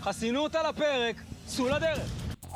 חסינות על הפרק, צאו לדרך.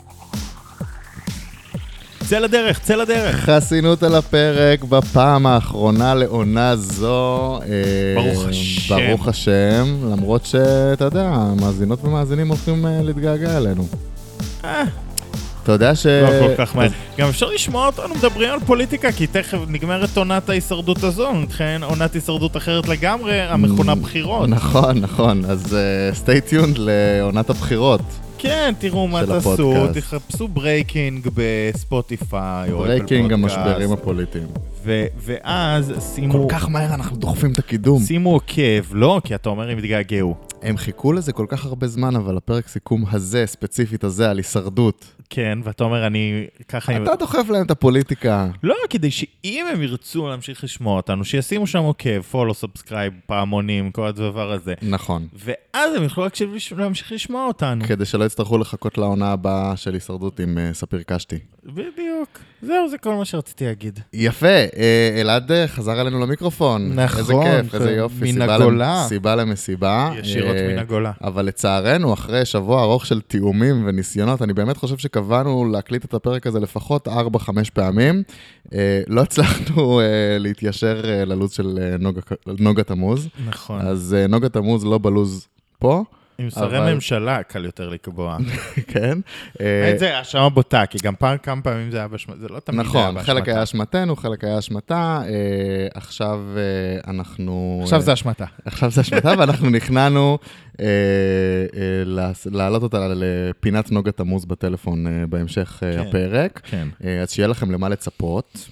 צא לדרך, צא לדרך. חסינות על הפרק בפעם האחרונה לעונה זו. ברוך השם. ברוך השם, למרות שאתה יודע, מאזינות ומאזינים הולכים להתגעגע אלינו. אתה יודע ש... לא כל כך מהר. גם אפשר לשמוע אותנו מדברים על פוליטיקה, כי תכף נגמרת עונת ההישרדות הזו, נתחיל עונת הישרדות אחרת לגמרי, המכונה בחירות. נכון, נכון. אז stay tuned לעונת הבחירות. כן, תראו מה תעשו, תחפשו ברייקינג בספוטיפיי או אפל פודקאסט. ברייקינג המשברים הפוליטיים. ואז שימו... כל כך מהר אנחנו דוחפים את הקידום. שימו עוקב, לא, כי אתה אומר אם יתגעגעו. הם חיכו לזה כל כך הרבה זמן, אבל הפרק סיכום הזה, ספציפית הזה, על הישרדות. כן, ואתה אומר, אני ככה... אתה דוחף להם את הפוליטיקה. לא, כדי שאם הם ירצו להמשיך לשמוע אותנו, שישימו שם עוקב, פולו, סאבסקרייב, פעמונים, כל הדבר הזה. נכון. ואז הם יוכלו להמשיך לשמוע אותנו. כדי שלא יצטרכו לחכות לעונה הבאה של הישרדות עם ספיר קשתי. בדיוק. זהו, זה כל מה שרציתי להגיד. יפה. אלעד חזר אלינו למיקרופון. נכון. איזה כיף, איזה יופי. מן הגולה. סיבה למסיבה. ישירות מן הגולה. אבל לצערנו, אחרי שבוע ארוך של תיאומים וניסיונות, אני באמת חושב שקבענו להקליט את הפרק הזה לפחות 4-5 פעמים. לא הצלחנו להתיישר ללוז של נוגה תמוז. נכון. אז נוגה תמוז לא בלוז פה. עם שרי ממשלה קל יותר לקבוע. כן. זה האשמה בוטה, כי גם כמה פעמים זה היה באשמתה, זה לא תמיד היה באשמתה. נכון, חלק היה אשמתנו, חלק היה אשמתה, עכשיו אנחנו... עכשיו זה אשמתה. עכשיו זה אשמתה, ואנחנו נכנענו להעלות אותה לפינת נוגה תמוז בטלפון בהמשך הפרק. כן. אז שיהיה לכם למה לצפות.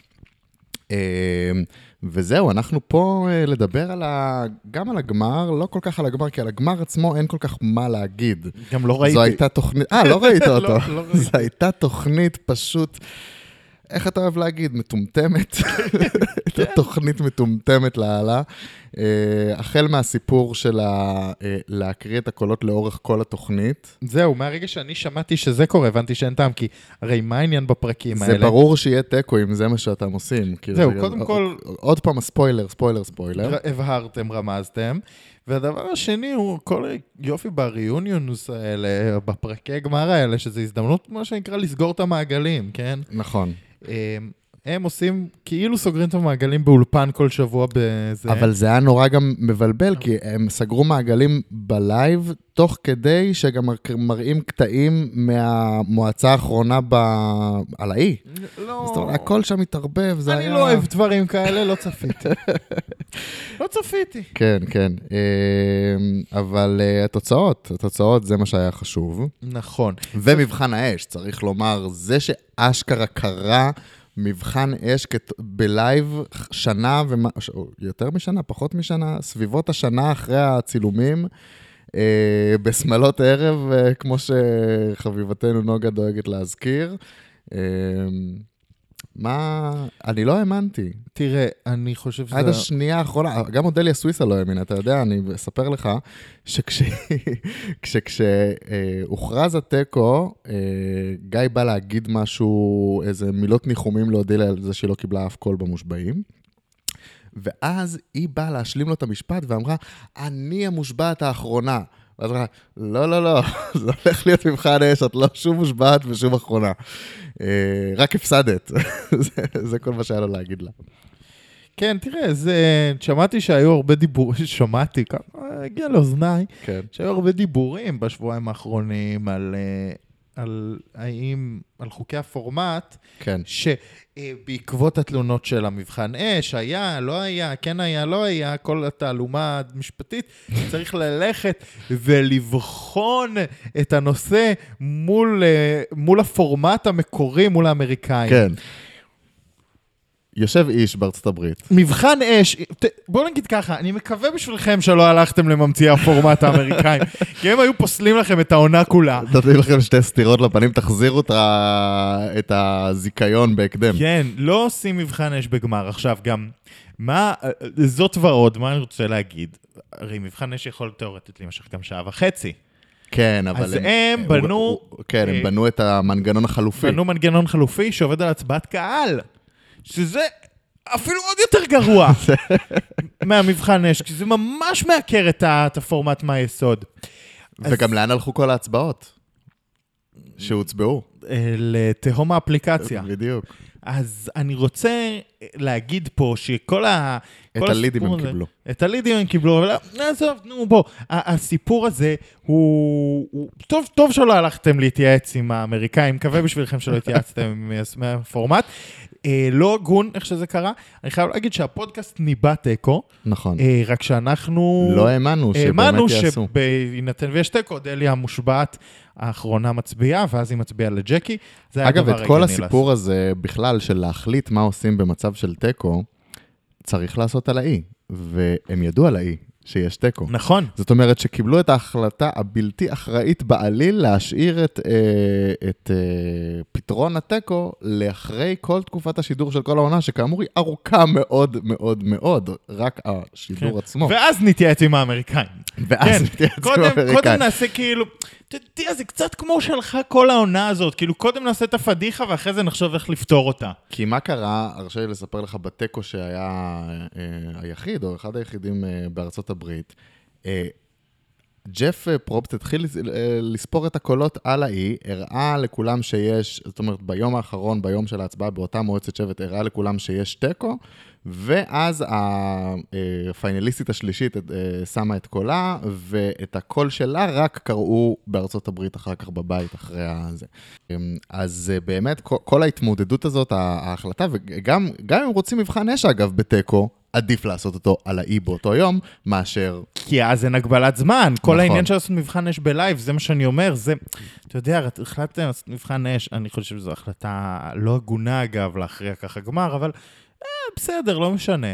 וזהו, אנחנו פה לדבר גם על הגמר, לא כל כך על הגמר, כי על הגמר עצמו אין כל כך מה להגיד. גם לא ראיתי. זו הייתה תוכנית, לא ראית אותו. זו הייתה תוכנית פשוט, איך אתה אוהב להגיד, מטומטמת. הייתה תוכנית מטומטמת לעלה. החל מהסיפור של להקריא את הקולות לאורך כל התוכנית. זהו, מהרגע שאני שמעתי שזה קורה, הבנתי שאין טעם, כי הרי מה העניין בפרקים האלה? זה ברור שיהיה טקו אם זה מה שאתם עושים. זהו, קודם כל... עוד פעם, ספוילר. הבהרתם, רמזתם. והדבר השני הוא כל יופי בריאוניונוס האלה, בפרקי גמר האלה, שזה הזדמנות, מה שנקרא, לסגור את המעגלים, כן? נכון. הם עושים, כאילו סוגרים את המעגלים באולפן כל שבוע בזה. אבל זה היה נורא גם מבלבל, כי הם סגרו מעגלים בלייב, תוך כדי שגם מראים קטעים מהמועצה האחרונה על האי. לא. זאת אומרת, הכל שם מתערבב, זה היה... אני לא אוהב דברים כאלה, לא צפיתי. לא צפיתי. כן, כן. אבל התוצאות זה מה שהיה חשוב. נכון. ומבחן האש, צריך לומר, זה שאשכרה קרה... מבחן אש בלייב שנה, יותר משנה, פחות משנה, סביבות השנה אחרי הצילומים, בסמלות ערב, כמו שחביבתנו נוגה דואגת להזכיר. מה? אני לא האמנתי. תראה, אני חושב שזה... עד השנייה האחרונה, גם אודליה סוויסה לא האמינה, אתה יודע, אני אספר לך, שכשהוכרז הטקו, גיא בא להגיד משהו, איזה מילות ניחומים לאודליה על זה שהיא לא קיבלה אף קול במושבעים, ואז היא באה להשלים לו את המשפט ואמרה, אני המושבעת האחרונה. ואז אמרה, לא, זה הולך להיות מבחן אש, את לא שום מושבעת ושום אחרונה. רק הפסדת. זה כל מה שהיה לו להגיד לה. כן, תראה, שמעתי שהיו הרבה דיבורים, שמעתי, הגיע לאוזניי, שהיו הרבה דיבורים בשבועיים האחרונים על חוקי הפורמט, שבעקבות התלונות של המבחן אש, היה, לא היה, כן היה, לא היה, כל התעלומה המשפטית, צריך ללכת ולבחון את הנושא מול הפורמט המקורי, מול האמריקאים. כן. יושב איש בארצות הברית. מבחן אש, בואו נגיד ככה, אני מקווה בשבילכם שלא הלכתם לממציאי הפורמט האמריקאים, כי הם היו פוסלים לכם את העונה כולה. נותנים לכם שתי סתירות לפנים, תחזירו את הזיכיון בהקדם. כן, לא עושים מבחן אש בגמר. עכשיו גם, זאת ועוד, מה אני רוצה להגיד? הרי מבחן אש יכול תיאורטית להימשך גם 1.5 שעות. כן, אבל... אז הם בנו... כן, הם בנו את המנגנון החלופי. בנו מנגנון חלופי שעובד על הצבעת קהל. שזה אפילו עוד יותר גרוע מהמבחן אש, כי זה ממש מעקר את הפורמט מהיסוד. וגם לאן הלכו כל ההצבעות? שהוצבעו. לתהום האפליקציה. בדיוק. אז אני רוצה להגיד פה שכל את הלידים הם קיבלו. את הלידים הם קיבלו, אבל נעזוב, נו בוא, הסיפור הזה הוא טוב שלא הלכתם להתייעץ עם האמריקאים, מקווה בשבילכם שלא התייעצתם עם הפורמט, לא הגון איך שזה קרה, אני חייב להגיד שהפודקאסט ניבא תיקו, נכון. רק שאנחנו לא האמנו שבאמת יעשו. שבהינתן ויש תיקו, דליה מושבעת האחרונה מצביעה, ואז היא מצביעה לג'קי, זה היה דבר אגב, הגיוני את כל לעשות. הסיפור הזה, בכלל, של להחליט מה עושים במצב של טקו, צריך לעשות על האי, והם ידעו על האי שיש טקו. נכון. זאת אומרת שקיבלו את ההחלטה הבלתי אחראית בעליל להשאיר את פתרון הטקו לאחרי כל תקופת השידור של כל העונה, שכאמור היא ארוכה מאוד מאוד מאוד, רק השידור עצמו. ואז נתייעץ עם האמריקאים. ואז נתייעץ עם האמריקאים. קודם נעשה כאילו, תראה, זה קצת כמו שלך כל העונה הזאת, כאילו קודם נעשה את הפדיחה ואחרי זה נחשוב איך לפתור אותה. כי מה קרה, הרשה לי לספר לך בטקו שהיה היחיד, או אחד היחידים בארצות הברית, ג'ף פרופט התחיל לספור את הקולות על האי, הראה לכולם שיש, זאת אומרת ביום האחרון, ביום של ההצבעה, באותה מועצת שבט, הראה לכולם שיש טקו, ואז הפיינליסטית השלישית שמה את קולה, ואת הקול שלה רק קראו בארצות הברית אחר כך בבית, אחרי הזה. אז באמת, כל ההתמודדות הזאת, ההחלטה, וגם אם רוצים מבחן אש, אגב, בטקו, עדיף לעשות אותו על האי באותו יום, מאשר... כי אז אין הגבלת זמן. כל העניין של לעשות מבחן אש בלייב, זה מה שאני אומר, זה... אתה יודע, החלטתם לעשות מבחן אש, אני חושב שזו החלטה לא הגונה, אגב, להכריע ככה גמר, אבל בסדר, לא משנה.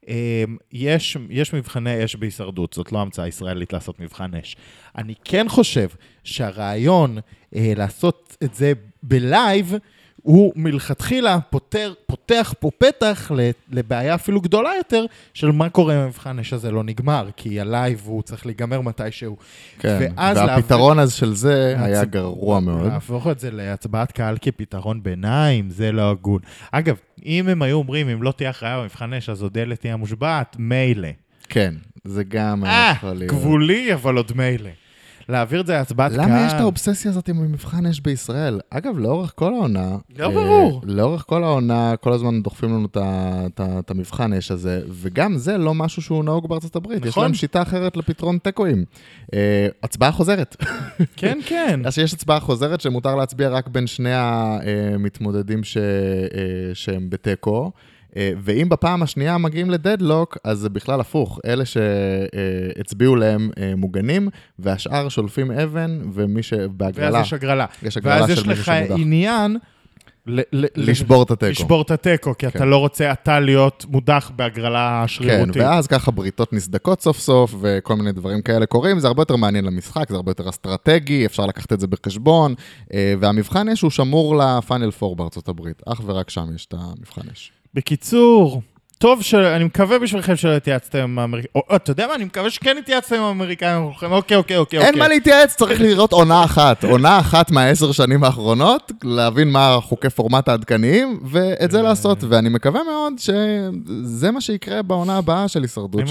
יש מבחני אש בהישרדות, זאת לא המצאה ישראלית לעשות מבחן אש. אני כן חושב שהרעיון לעשות את זה בלייב, הוא מלכתחילה פותח פה פתח לבעיה אפילו גדולה יותר, של מה קורה אם המבחן אש הזה לא נגמר, כי הלייב הוא צריך להיגמר מתישהו. כן, והפתרון הזה של זה היה גרוע מאוד. להפוך את זה להצבעת קהל כפתרון ביניים, זה לא הגון. אגב, אם הם היו אומרים, אם לא תהיה אחריה במבחן אש, אז עוד אלה תהיה מושבעת, מילא. כן, זה גם היה יכול להיות. גבולי, אבל עוד מילא. להעביר את זה להצבעת קהל. למה יש את האובססיה הזאת עם מבחן אש בישראל? אגב, לאורך כל העונה... לא ברור. לאורך כל העונה, כל הזמן דוחפים לנו את המבחן אש הזה, וגם זה לא משהו שהוא נהוג בארצות הברית. נכון. יש להם שיטה אחרת לפתרון טקואים. הצבעה חוזרת. כן, כן. אז יש הצבעה חוזרת שמותר להצביע רק בין שני המתמודדים שהם בטקו, ואם בפעם השנייה מגיעים לדדלוק, אז זה בכלל הפוך. אלה שהצביעו להם מוגנים, והשאר שולפים אבן, ומי שבהגרלה... ואז יש הגרלה. יש הגרלה ואז של יש מישהו לך שמודח. עניין... לשבור את הטקו. לשבור את הטקו, כי אתה לא רוצה אתה להיות מודח בהגרלה שרירותית. כן, ואז ככה בריתות נסדקות סוף סוף, וכל מיני דברים כאלה קורים. זה הרבה יותר מעניין למשחק, זה הרבה יותר אסטרטגי, אפשר לקחת את זה בחשבון, והמבחן אש הוא שמור לפיינל 4 בארצות הברית. אך ורק שם יש את המבחן אש. בקיצור, טוב אני מקווה בשבילכם שלא התייעצתם עם האמריקאים, או אתה יודע מה, אני מקווה שכן התייעצתם עם האמריקאים, אוקיי. אין מה להתייעץ, צריך לראות עונה אחת מה10 שנים האחרונות, להבין מה חוקי פורמט העדכניים, ואת זה לעשות, ואני מקווה מאוד שזה מה שיקרה בעונה הבאה של הישרדות,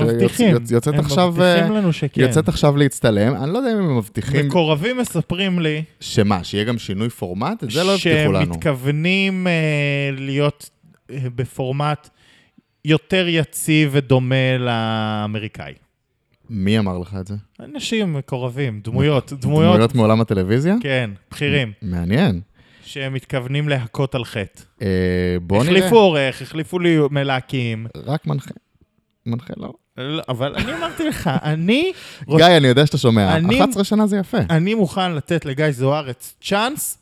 שיוצאת עכשיו להצטלם, אני לא יודע אם הם מבטיחים... מקורבים מספרים לי... שיהיה גם שינוי פורמט? את זה לא הבטיחו לנו. שמתכוונים להיות בפורמט... יותר יציב ודומה לאמריקאי. מי אמר לך את זה? אנשים מקורבים, דמויות. דמויות מעולם הטלוויזיה? כן, בכירים. מעניין. שהם מתכוונים להכות על חטא. בוא נראה. החליפו עורך, החליפו לי מלהקים. רק מנחה. מנחה לא. אבל אני אמרתי לך, אני... גיא, אני יודע שאתה שומע. 11 שנה זה יפה. אני מוכן לתת לגיא זוארץ צ'אנס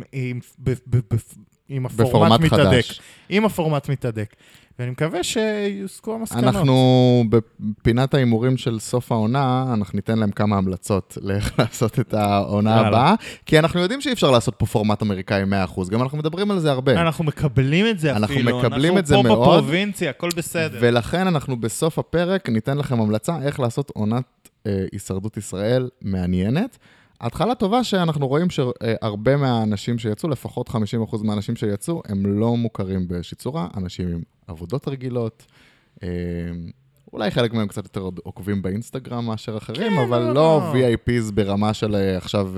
עם הפורמט מתהדק. עם הפורמט מתהדק. ואני מקווה שיוסקו המסקנות. אנחנו בפינת האימורים של סוף העונה, אנחנו ניתן להם כמה המלצות לאיך לעשות את העונה הבאה, כי אנחנו יודעים שאי אפשר לעשות פה פורמט אמריקאי 100%, גם אנחנו מדברים על זה הרבה. אנחנו מקבלים את זה אפילו. אנחנו מקבלים את זה מאוד. אנחנו פה בפרובינציה, הכל בסדר. ולכן אנחנו בסוף הפרק ניתן לכם המלצה איך לעשות עונת הישרדות ישראל מעניינת. התחלה טובה שאנחנו רואים שהרבה מהאנשים שיצאו, לפחות 50% מהאנשים שיצאו, הם לא מוכרים בשיצורה, אנשים עם עבודות רגילות, אולי חלק מהם קצת יותר עוקבים באינסטגרם מאשר אחרים, אבל לא VIPs ברמה של עכשיו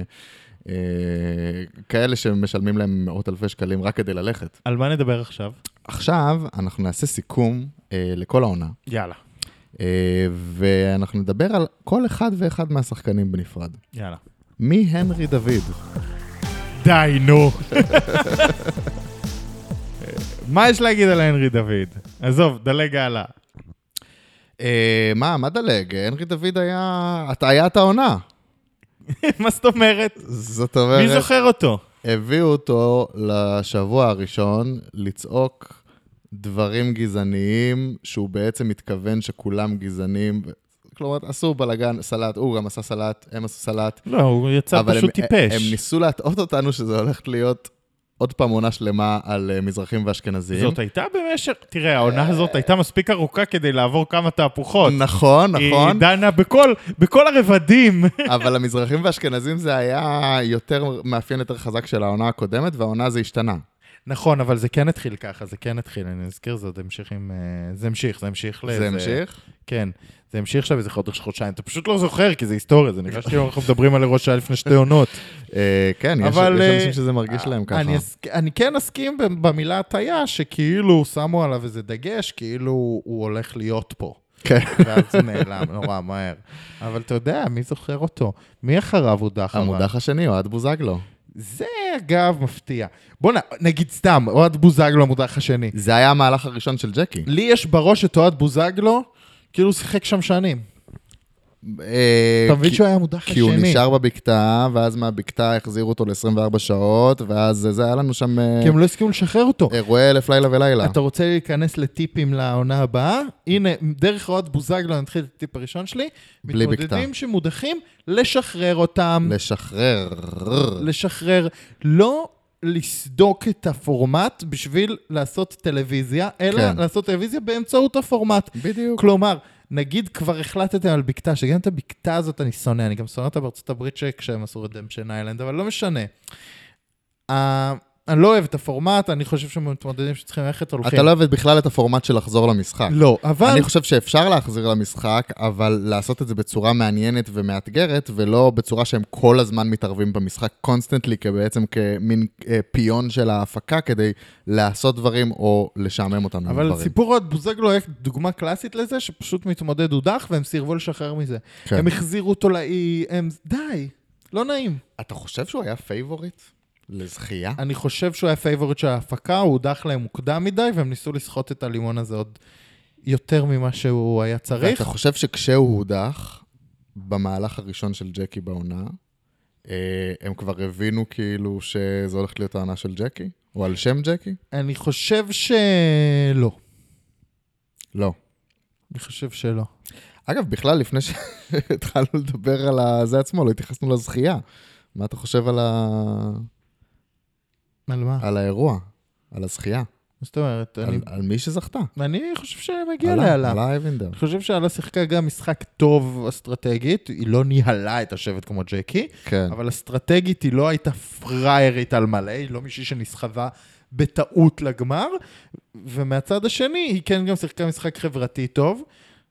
כאלה שמשלמים להם מאות אלפי שקלים רק כדי ללכת. על מה נדבר עכשיו? עכשיו אנחנו נעשה סיכום לכל העונה. יאללה. ואנחנו נדבר על כל אחד ואחד מהשחקנים בנפרד. יאללה. מי הנרי דוד? די, נו. מה יש להגיד על הנרי דוד? עזוב, דלג הלאה. מה דלג? הנרי דוד היה הטעיית העונה. מה זאת אומרת? זאת אומרת... מי זוכר אותו? הביאו אותו לשבוע הראשון לצעוק דברים גזעניים, שהוא בעצם מתכוון שכולם גזענים. כלומר, עשו בלגן, סלט, הוא גם עשה סלט, הם עשו סלט. לא, הוא יצא פשוט טיפש. הם ניסו להטעות אותנו שזה הולך להיות עוד פעם עונה שלמה על מזרחים ואשכנזים. זאת הייתה במשך, תראה, העונה הזאת הייתה מספיק ארוכה כדי לעבור כמה תהפוכות. נכון. היא דנה בכל הרבדים. אבל המזרחים ואשכנזים זה היה מאפיין יותר חזק של העונה הקודמת, והעונה זה השתנה. נכון, אבל זה כן התחיל ככה, אני אזכיר, זה המשיך. זה המשיך? כן, זה המשיך עכשיו איזה חודשיים, אתה פשוט לא זוכר, כי זה היסטוריה, זה נראה שכאילו אנחנו מדברים על ראש שעה לפני 2 עונות. כן, יש אנשים שזה מרגיש להם ככה. אני כן אסכים במילה הטעיה, שכאילו שמו עליו איזה דגש, כאילו הוא הולך להיות פה. כן. ואז זה נעלם, נורא מהר. אבל אתה יודע, מי זוכר אותו? מי אחריו הודח? המודח השני, אוהד בוזגלו. זה אגב מפתיע. בוא נגיד סתם, אוהד בוזגלו המודח השני. זה היה המהלך הראשון של ג'קי. לי יש בראש את אוהד בוזגלו, כאילו הוא שיחק שם שנים. אתה מבין שהוא היה המודח השני? כי הוא נשאר בבקתה, ואז מהבקתה החזירו אותו ל-24 שעות, ואז זה היה לנו שם... כי הם לא הסכימו לשחרר אותו. אירועי אלף לילה ולילה. אתה רוצה להיכנס לטיפים לעונה הבאה? הנה, דרך אוהד בוזגלו, אני אתחיל את הטיפ הראשון שלי. בלי בקתה. מתמודדים שמודחים, לשחרר אותם. לשחרר. לא לסדוק את הפורמט בשביל לעשות טלוויזיה, אלא לעשות טלוויזיה באמצעות הפורמט. בדיוק. כלומר, נגיד כבר החלטתם על בקתה, שגם את הבקתה הזאת אני שונא, אני גם שונא אותה בארצות הברית כשהם עשו רדמפשן איילנד, אבל לא משנה. אני לא אוהב את הפורמט, אני חושב שמתמודדים שצריכים ללכת הולכים. אתה לא אוהב בכלל את הפורמט של לחזור למשחק. לא, אבל... אני חושב שאפשר להחזיר למשחק, אבל לעשות את זה בצורה מעניינת ומאתגרת, ולא בצורה שהם כל הזמן מתערבים במשחק קונסטנטלי, בעצם כמין פיון של ההפקה, כדי לעשות דברים או לשעמם אותנו. אבל סיפור עוד בוזגלו היה דוגמה קלאסית לזה, שפשוט מתמודד הודח, והם סירבו לשחרר מזה. כן. הם החזירו אותו לאי, די, לא נעים. אתה חושב שהוא היה פייבוריט? לזכייה? אני חושב שהוא היה פייבוריט של ההפקה, הוא הודח להם מוקדם מדי, והם ניסו לסחוט את הלימון הזה עוד יותר ממה שהוא היה צריך. ואתה חושב שכשהוא הודח, במהלך הראשון של ג'קי בעונה, הם כבר הבינו כאילו שזה הולך להיות העונה של ג'קי? או על שם ג'קי? אני חושב שלא. לא. אני חושב שלא. אגב, בכלל, לפני שהתחלנו לדבר על זה עצמו, לא התייחסנו לזכייה. מה אתה חושב על על מה? על האירוע, על הזכייה. זאת אומרת, על מי שזכתה. אני חושב שמגיע להלה. על האבינדר. אני חושב שעלה שיחקה גם משחק טוב אסטרטגית, היא לא ניהלה את השבט כמו ג'קי, כן. אבל אסטרטגית היא לא הייתה פריירית על מלא, היא לא מישהי שנסחבה בטעות לגמר, ומהצד השני היא כן גם שיחקה משחק חברתי טוב,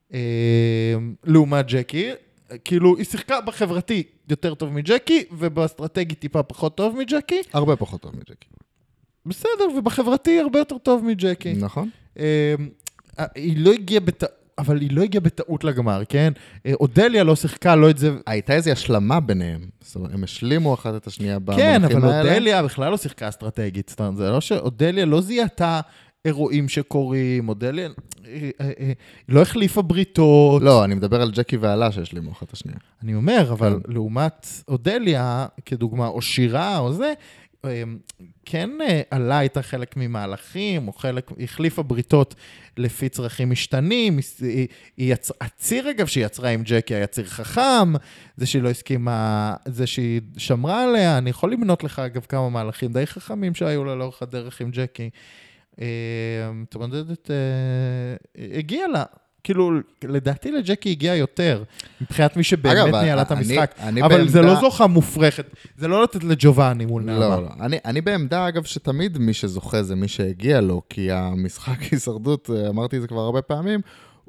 לעומת ג'קי, כאילו היא שיחקה בחברתי יותר טוב מג'קי, ובאסטרטגית טיפה פחות טוב מג'קי. הרבה פחות טוב מג'קי. בסדר, ובחברתי הרבה יותר טוב מג'קי. נכון. היא לא הגיעה אבל היא לא הגיעה בטעות לגמר, כן? אודליה לא שיחקה, לא את זה... הייתה איזו השלמה ביניהם. זאת אומרת, הם השלימו אחת את השנייה במונחים האלה. כן, אבל אודליה בכלל לא שיחקה אסטרטגית. זאת אומרת, זה לא שאודליה לא זיהתה אירועים שקורים, אודליה... היא לא החליפה בריתות. לא, אני מדבר על ג'קי ועלה שהשלימו אחת השנייה. אני אומר, אבל לעומת אודליה, כדוגמה, או שירה, או זה... כן עלה הייתה חלק ממהלכים, או חלק, החליפה בריתות לפי צרכים משתנים, הציר אגב שהיא יצרה עם ג'קי היה ציר חכם, זה שהיא לא הסכימה, זה שהיא שמרה עליה, אני יכול למנות לך אגב כמה מהלכים די חכמים שהיו לה לאורך הדרך עם ג'קי, תמודדת, הגיעה לה, כאילו, לדעתי לג'קי הגיע יותר, מבחינת מי שבאמת ניהלה את המשחק, אבל זה לא זוכה מופרכת, זה לא לתת לג'ובאני מול נעמה. לא, אני בעמדה, אגב, שתמיד מי שזוכה זה מי שהגיע לו, כי המשחק הישרדות, אמרתי את זה כבר הרבה פעמים,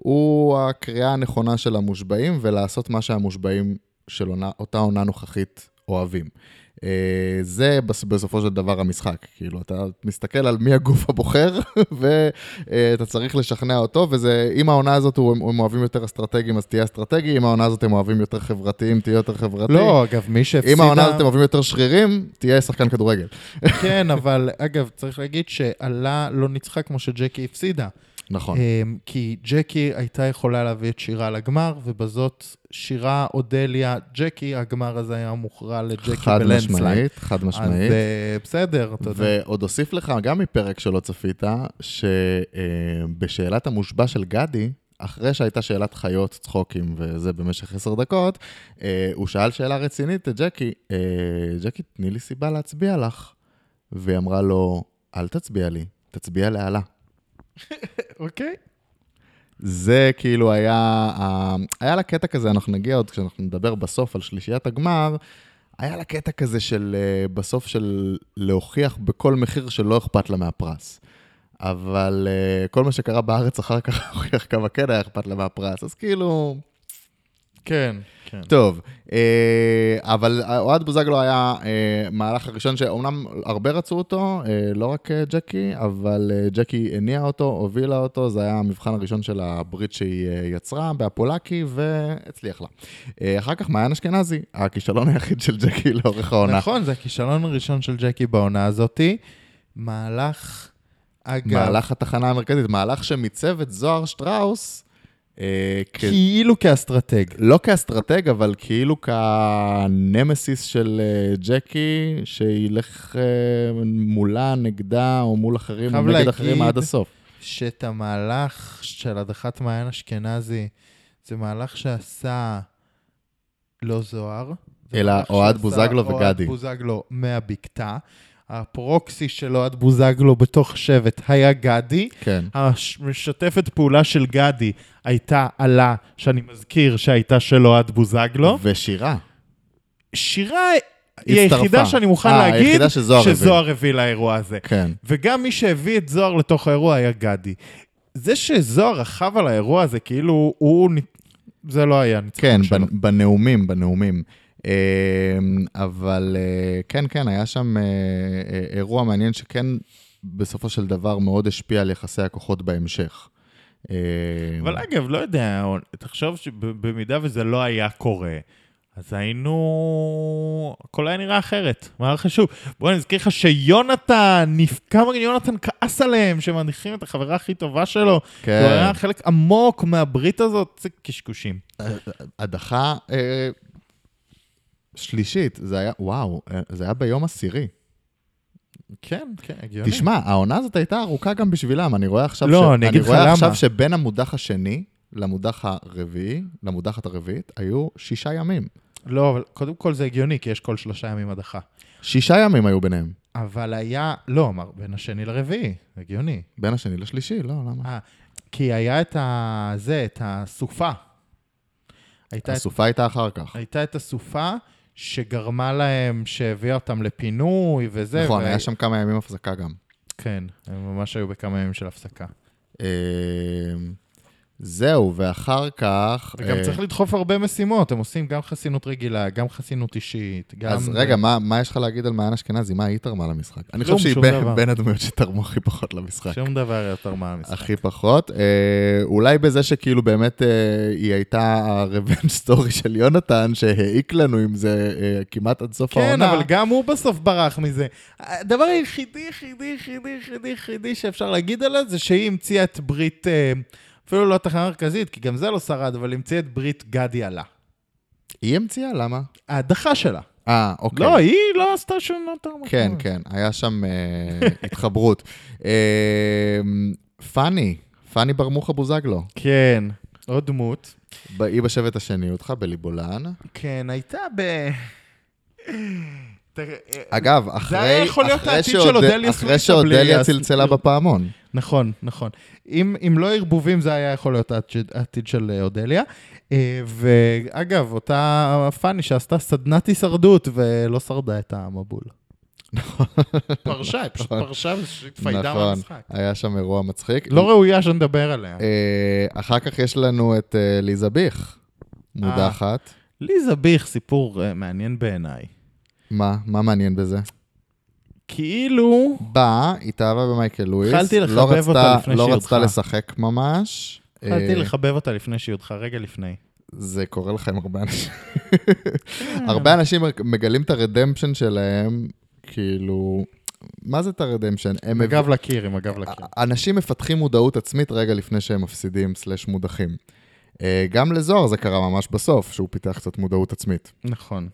הוא הקריאה הנכונה של המושבעים, ולעשות מה שהמושבעים של אותה עונה נוכחית אוהבים. זה בסופו של דבר המשחק, כאילו, אתה מסתכל על מי הגוף הבוחר, ואתה צריך לשכנע אותו, וזה, אם העונה הזאת הם אוהבים יותר אסטרטגיים, אז תהיה אסטרטגי, אם העונה הזאת הם אוהבים יותר חברתיים, תהיה יותר חברתי. לא, אגב, מי שהפסידה... אם העונה הזאת הם אוהבים יותר שרירים, תהיה שחקן כדורגל. כן, אבל אגב, צריך להגיד שעלה לא ניצחה כמו שג'קי הפסידה. נכון. כי ג'קי הייתה יכולה להביא את שירה לגמר, ובזאת שירה, אודליה, ג'קי, הגמר הזה היה מוכרע לג'קי בלנדסלייד. חד משמעית. אז בסדר, אתה יודע. ועוד אוסיף לך, גם מפרק שלא צפית, שבשאלת המושבע של גדי, אחרי שהייתה שאלת חיות, צחוקים וזה במשך 10 דקות, הוא שאל שאלה רצינית את ג'קי, ג'קי, תני לי סיבה להצביע לך. והיא אמרה לו, אל תצביע לי, תצביע לעלה. אוקיי. זה כאילו היה לה קטע כזה, אנחנו נגיע עוד כשאנחנו נדבר בסוף על שלישיית הגמר, היה לה קטע כזה של בסוף של להוכיח בכל מחיר שלא אכפת לה מהפרס. אבל כל מה שקרה בארץ אחר כך הוכיח כמה כן היה אכפת לה מהפרס, אז כאילו... כן, כן. טוב, אבל אוהד בוזגלו היה מהלך הראשון שאומנם הרבה רצו אותו, לא רק ג'קי, אבל ג'קי הניעה אותו, הובילה אותו, זה היה המבחן הראשון של הברית שהיא יצרה באפולקי, והצליח לה. אחר כך מעיין אשכנזי, הכישלון היחיד של ג'קי לאורך העונה. נכון, זה הכישלון הראשון של ג'קי בעונה הזאת. מהלך, אגב... מהלך התחנה המרכזית, מהלך שמיצב את זוהר שטראוס, כאילו כאסטרטג. לא כאסטרטג, אבל כאילו כנמסיס של ג'קי, שילך מולה, נגדה, או מול אחרים, או נגד אחרים עד הסוף. שאת המהלך של הדחת מעיין אשכנזי, זה מהלך שעשה לא זוהר, אלא אוהד בוזגלו וגדי. אוהד בוזגלו מהבקתה. הפרוקסי של אוהד בוזגלו בתוך שבט היה גדי. כן. המשתפת פעולה של גדי הייתה עלה, שאני מזכיר שהייתה של אוהד בוזגלו. ושירה. שירה היא היחידה שאני מוכן להגיד שזוהר הביא לאירוע הזה. כן. וגם מי שהביא את זוהר לתוך האירוע היה גדי. זה שזוהר רכב על האירוע הזה, כאילו זה לא היה ניצחון שלו. כן, בנאומים. אבל כן, היה שם אירוע מעניין שכן בסופו של דבר מאוד השפיע על יחסי הכוחות בהמשך. אבל אגב, לא יודע, תחשוב שבמידה וזה לא היה קורה, אז הכל היה נראה אחרת. מה חשוב? בואו נזכיר לך שיונתן, כמה יונתן כעס עליהם, שמניחים את החברה הכי טובה שלו, כן. הוא היה חלק עמוק מהברית הזאת, זה קשקושים. הדחה שלישית, זה היה, וואו, זה היה ביום 10. כן, הגיוני. תשמע, העונה הזאת הייתה ארוכה גם בשבילם, אני רואה עכשיו עכשיו שבין המודח השני למודח הרביעי, למודחת הרביעית, היו 6 ימים. לא, אבל קודם כל זה הגיוני, כי יש כל 3 ימים הדחה. 6 ימים היו ביניהם. אבל היה, לא, אמר, בין השני לרביעי, הגיוני. בין השני לשלישי, לא, למה? כי היה את הסופה. הסופה הייתה אחר כך. הייתה את הסופה שגרמה להם, שהביאה אותם לפינוי וזה. נכון, היה שם כמה ימים הפסקה גם. כן, הם ממש היו בכמה ימים של הפסקה. זהו, ואחר כך... וגם צריך לדחוף הרבה משימות, הם עושים גם חסינות רגילה, גם חסינות אישית, גם... אז רגע, מה יש לך להגיד על מעיין אשכנזי? מה היא תרמה למשחק? אני חושב שהיא בין הדמויות שתרמו הכי פחות למשחק. שום דבר היא תרמה למשחק. הכי פחות. אולי בזה שכאילו באמת היא הייתה הרבנג' סטורי של יונתן, שהעיק לנו עם זה כמעט עד סוף העונה. כן, אבל גם הוא בסוף ברח מזה. הדבר היחידי שאפשר להגיד עליו, זה שהיא המציאה את ברית... אפילו לא התחנה המרכזית, כי גם זה לא שרד, אבל המציא את ברית גדי עלה. היא המציאה? למה? ההדחה שלה. אוקיי. לא, היא לא עשתה שום יותר. כן, היה שם התחברות. פני ברמוחה בוזגלו. כן, עוד דמות. היא בשבט השני, אותך בליבולן. כן, הייתה אגב, אחרי שאודליה צלצלה בפעמון. נכון. אם לא ערבובים, זה היה יכול להיות העתיד של אודליה. ואגב, אותה פני שעשתה סדנת הישרדות ולא שרדה את המבול. פרשה, היא פשוט פרשה ופיידה מהמשחק. היה שם אירוע מצחיק. לא ראויה שנדבר עליה. אחר כך יש לנו את ליזה ביך, מודחת. ליזה ביך, סיפור מעניין בעיניי. מה מעניין בזה? כאילו... באה, התאהבה במייקל לואיס. התחלתי לחבב אותה לפני לא שיודך. רצתה לשחק ממש. התחלתי לחבב אותה לפני שיודך, רגע לפני. זה קורה לך עם הרבה אנשים. הרבה אנשים מגלים את הרדמפשן שלהם, כאילו... מה זה את הרדמפשן? עם הגב לקיר, עם הגב לקיר. אנשים מפתחים מודעות עצמית רגע לפני שהם מפסידים / מודחים. גם לזוהר זה קרה ממש בסוף, שהוא פיתח קצת מודעות עצמית. נכון.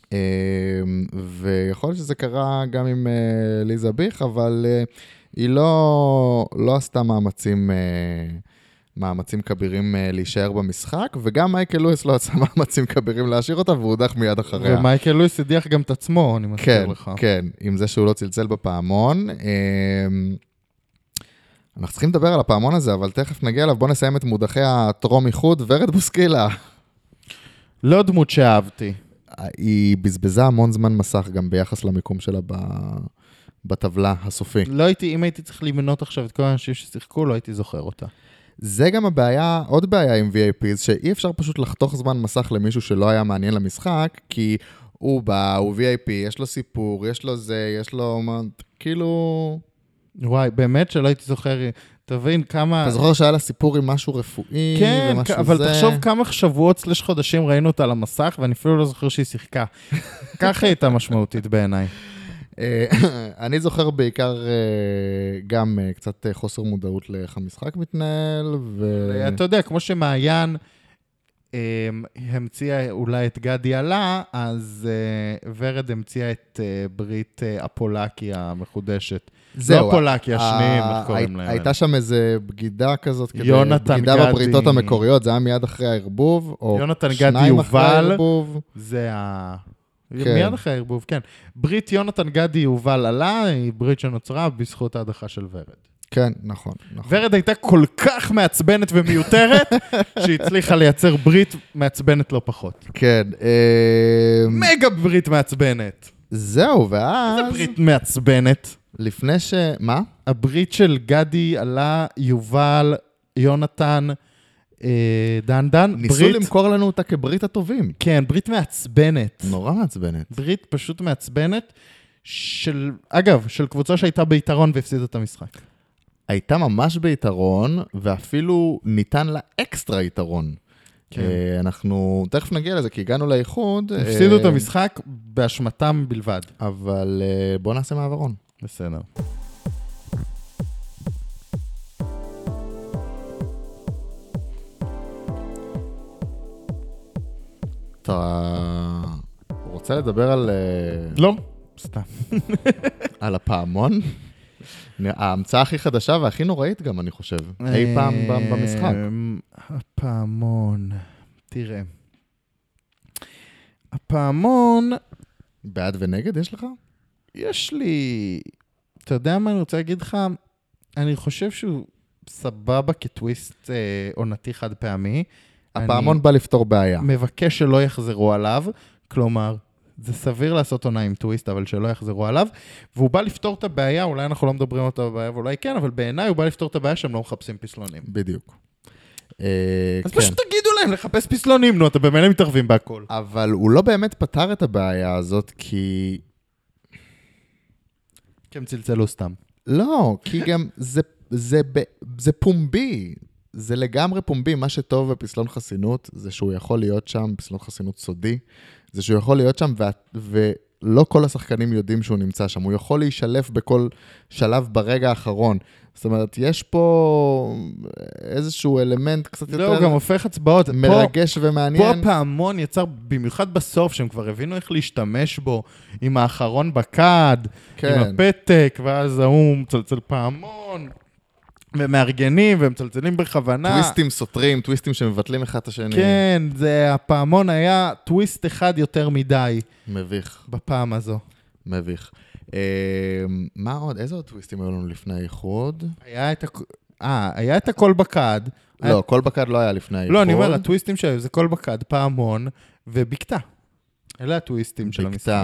ויכול להיות שזה קרה גם עם ליזה ביך, אבל היא לא עשתה מאמצים כבירים להישאר במשחק, וגם מייקל לואיס לא עשה מאמצים כבירים להשאיר אותה, והוא הודח מיד אחריה. ומייקל לואיס הדיח גם את עצמו, אני מזכיר לך. כן, עם זה שהוא לא צלצל בפעמון. אנחנו צריכים לדבר על הפעמון הזה, אבל תכף נגיע אליו. בוא נסיים את מודחי הטרום איחוד, ורד בוסקילה. לא דמות שאהבתי. היא בזבזה המון זמן מסך, גם ביחס למיקום שלה בטבלה הסופי. לא הייתי, אם הייתי צריך למנות עכשיו את כל האנשים ששיחקו, לא הייתי זוכר אותה. זה גם הבעיה, עוד בעיה עם VIPs, שאי אפשר פשוט לחתוך זמן מסך למישהו שלא היה מעניין למשחק, כי הוא בא, הוא VIP, יש לו סיפור, יש לו זה, יש לו, כאילו... וואי, באמת שלא הייתי זוכר, תבין כמה... אתה זוכר שהיה לה סיפור עם משהו רפואי כן, ומשהו אבל זה... תחשוב כמה שבועות / חודשים ראינו אותה על המסך, ואני אפילו לא זוכר שהיא שיחקה. ככה הייתה משמעותית בעיניי. אני זוכר בעיקר גם קצת חוסר מודעות לאיך המשחק מתנהל, אתה יודע, כמו שמעיין המציאה אולי את גדי עלה, אז ורד המציאה את ברית אפולקי המחודשת. לא אפולקי, השניים, איך קוראים להם? הייתה שם איזה בגידה כזאת, יונתן גדי. בגידה בבריתות המקוריות, זה היה מיד אחרי הערבוב, או שניים אחרי הערבוב. זה מיד אחרי הערבוב, כן. ברית יונתן גדי יובל עלה, היא ברית שנוצרה בזכות ההדחה של ורד. כן, נכון. ורד הייתה כל כך מעצבנת ומיותרת, שהיא הצליחה לייצר ברית מעצבנת לא פחות. כן. מגה ברית מעצבנת. זהו, ואז... איזה ברית מעצבנת? לפני מה? הברית של גדי עלה, יובל, יונתן, דן. ניסו למכור לנו אותה כברית הטובים. כן, ברית מעצבנת. נורא מעצבנת. ברית פשוט מעצבנת, אגב, של קבוצה שהייתה ביתרון והפסידה את המשחק. הייתה ממש ביתרון, ואפילו ניתן לה אקסטרה יתרון. כן. אנחנו תכף נגיע לזה, כי הגענו לאיחוד. הפסידו את המשחק באשמתם בלבד. אבל בוא נעשה מעברון. בסדר. אתה רוצה לדבר על... לא, סתם. על הפעמון? ההמצאה הכי חדשה והכי נוראית גם, אני חושב. אי פעם במשחק. הפעמון. תראה. הפעמון... בעד ונגד יש לך? יש לי... אתה יודע מה אני רוצה להגיד לך? אני חושב שהוא סבבה כטוויסט עונתי חד פעמי. הפעמון בא לפתור בעיה. מבקש שלא יחזרו עליו, כלומר, זה סביר לעשות עונה עם טוויסט, אבל שלא יחזרו עליו, והוא בא לפתור את הבעיה, אולי אנחנו לא מדברים אותה בבעיה, ואולי כן, אבל בעיניי הוא בא לפתור את הבעיה שהם לא מחפשים פסלונים. בדיוק. אז פשוט תגידו להם לחפש פסלונים, נו, אתם במילא מתערבים בהכל. אבל הוא לא באמת פתר את הבעיה הזאת, כי... כי הם צלצלו סתם. לא, כי גם זה פומבי. זה לגמרי פומבי. מה שטוב בפסלון חסינות, זה שהוא יכול להיות שם, פסלון חסינות סודי, זה שהוא יכול להיות שם, ולא כל השחקנים יודעים שהוא נמצא שם. הוא יכול להישלף בכל שלב ברגע האחרון. זאת אומרת, יש פה איזשהו אלמנט קצת יותר... לא, הוא גם הופך הצבעות. מרגש ומעניין. פה הפעמון יצר, במיוחד בסוף, שהם כבר הבינו איך להשתמש בו, עם האחרון בקד, עם הפתק, ואז הוא מצלצל פעמון. ומארגנים, והם צלצלים בכוונה. טוויסטים סותרים, טוויסטים שמבטלים אחד את השני. כן, הפעמון היה טוויסט אחד יותר מדי. מביך. בפעם הזו. מביך. מה עוד? איזה עוד טוויסטים היו לנו לפני האיחוד? היה את הכל בקד. לא, כל בקד לא היה לפני האיחוד. לא, אני אומר, הטוויסטים שהיו זה כל בקד, פעמון ובקתה. אלה הטוויסטים של המשחק.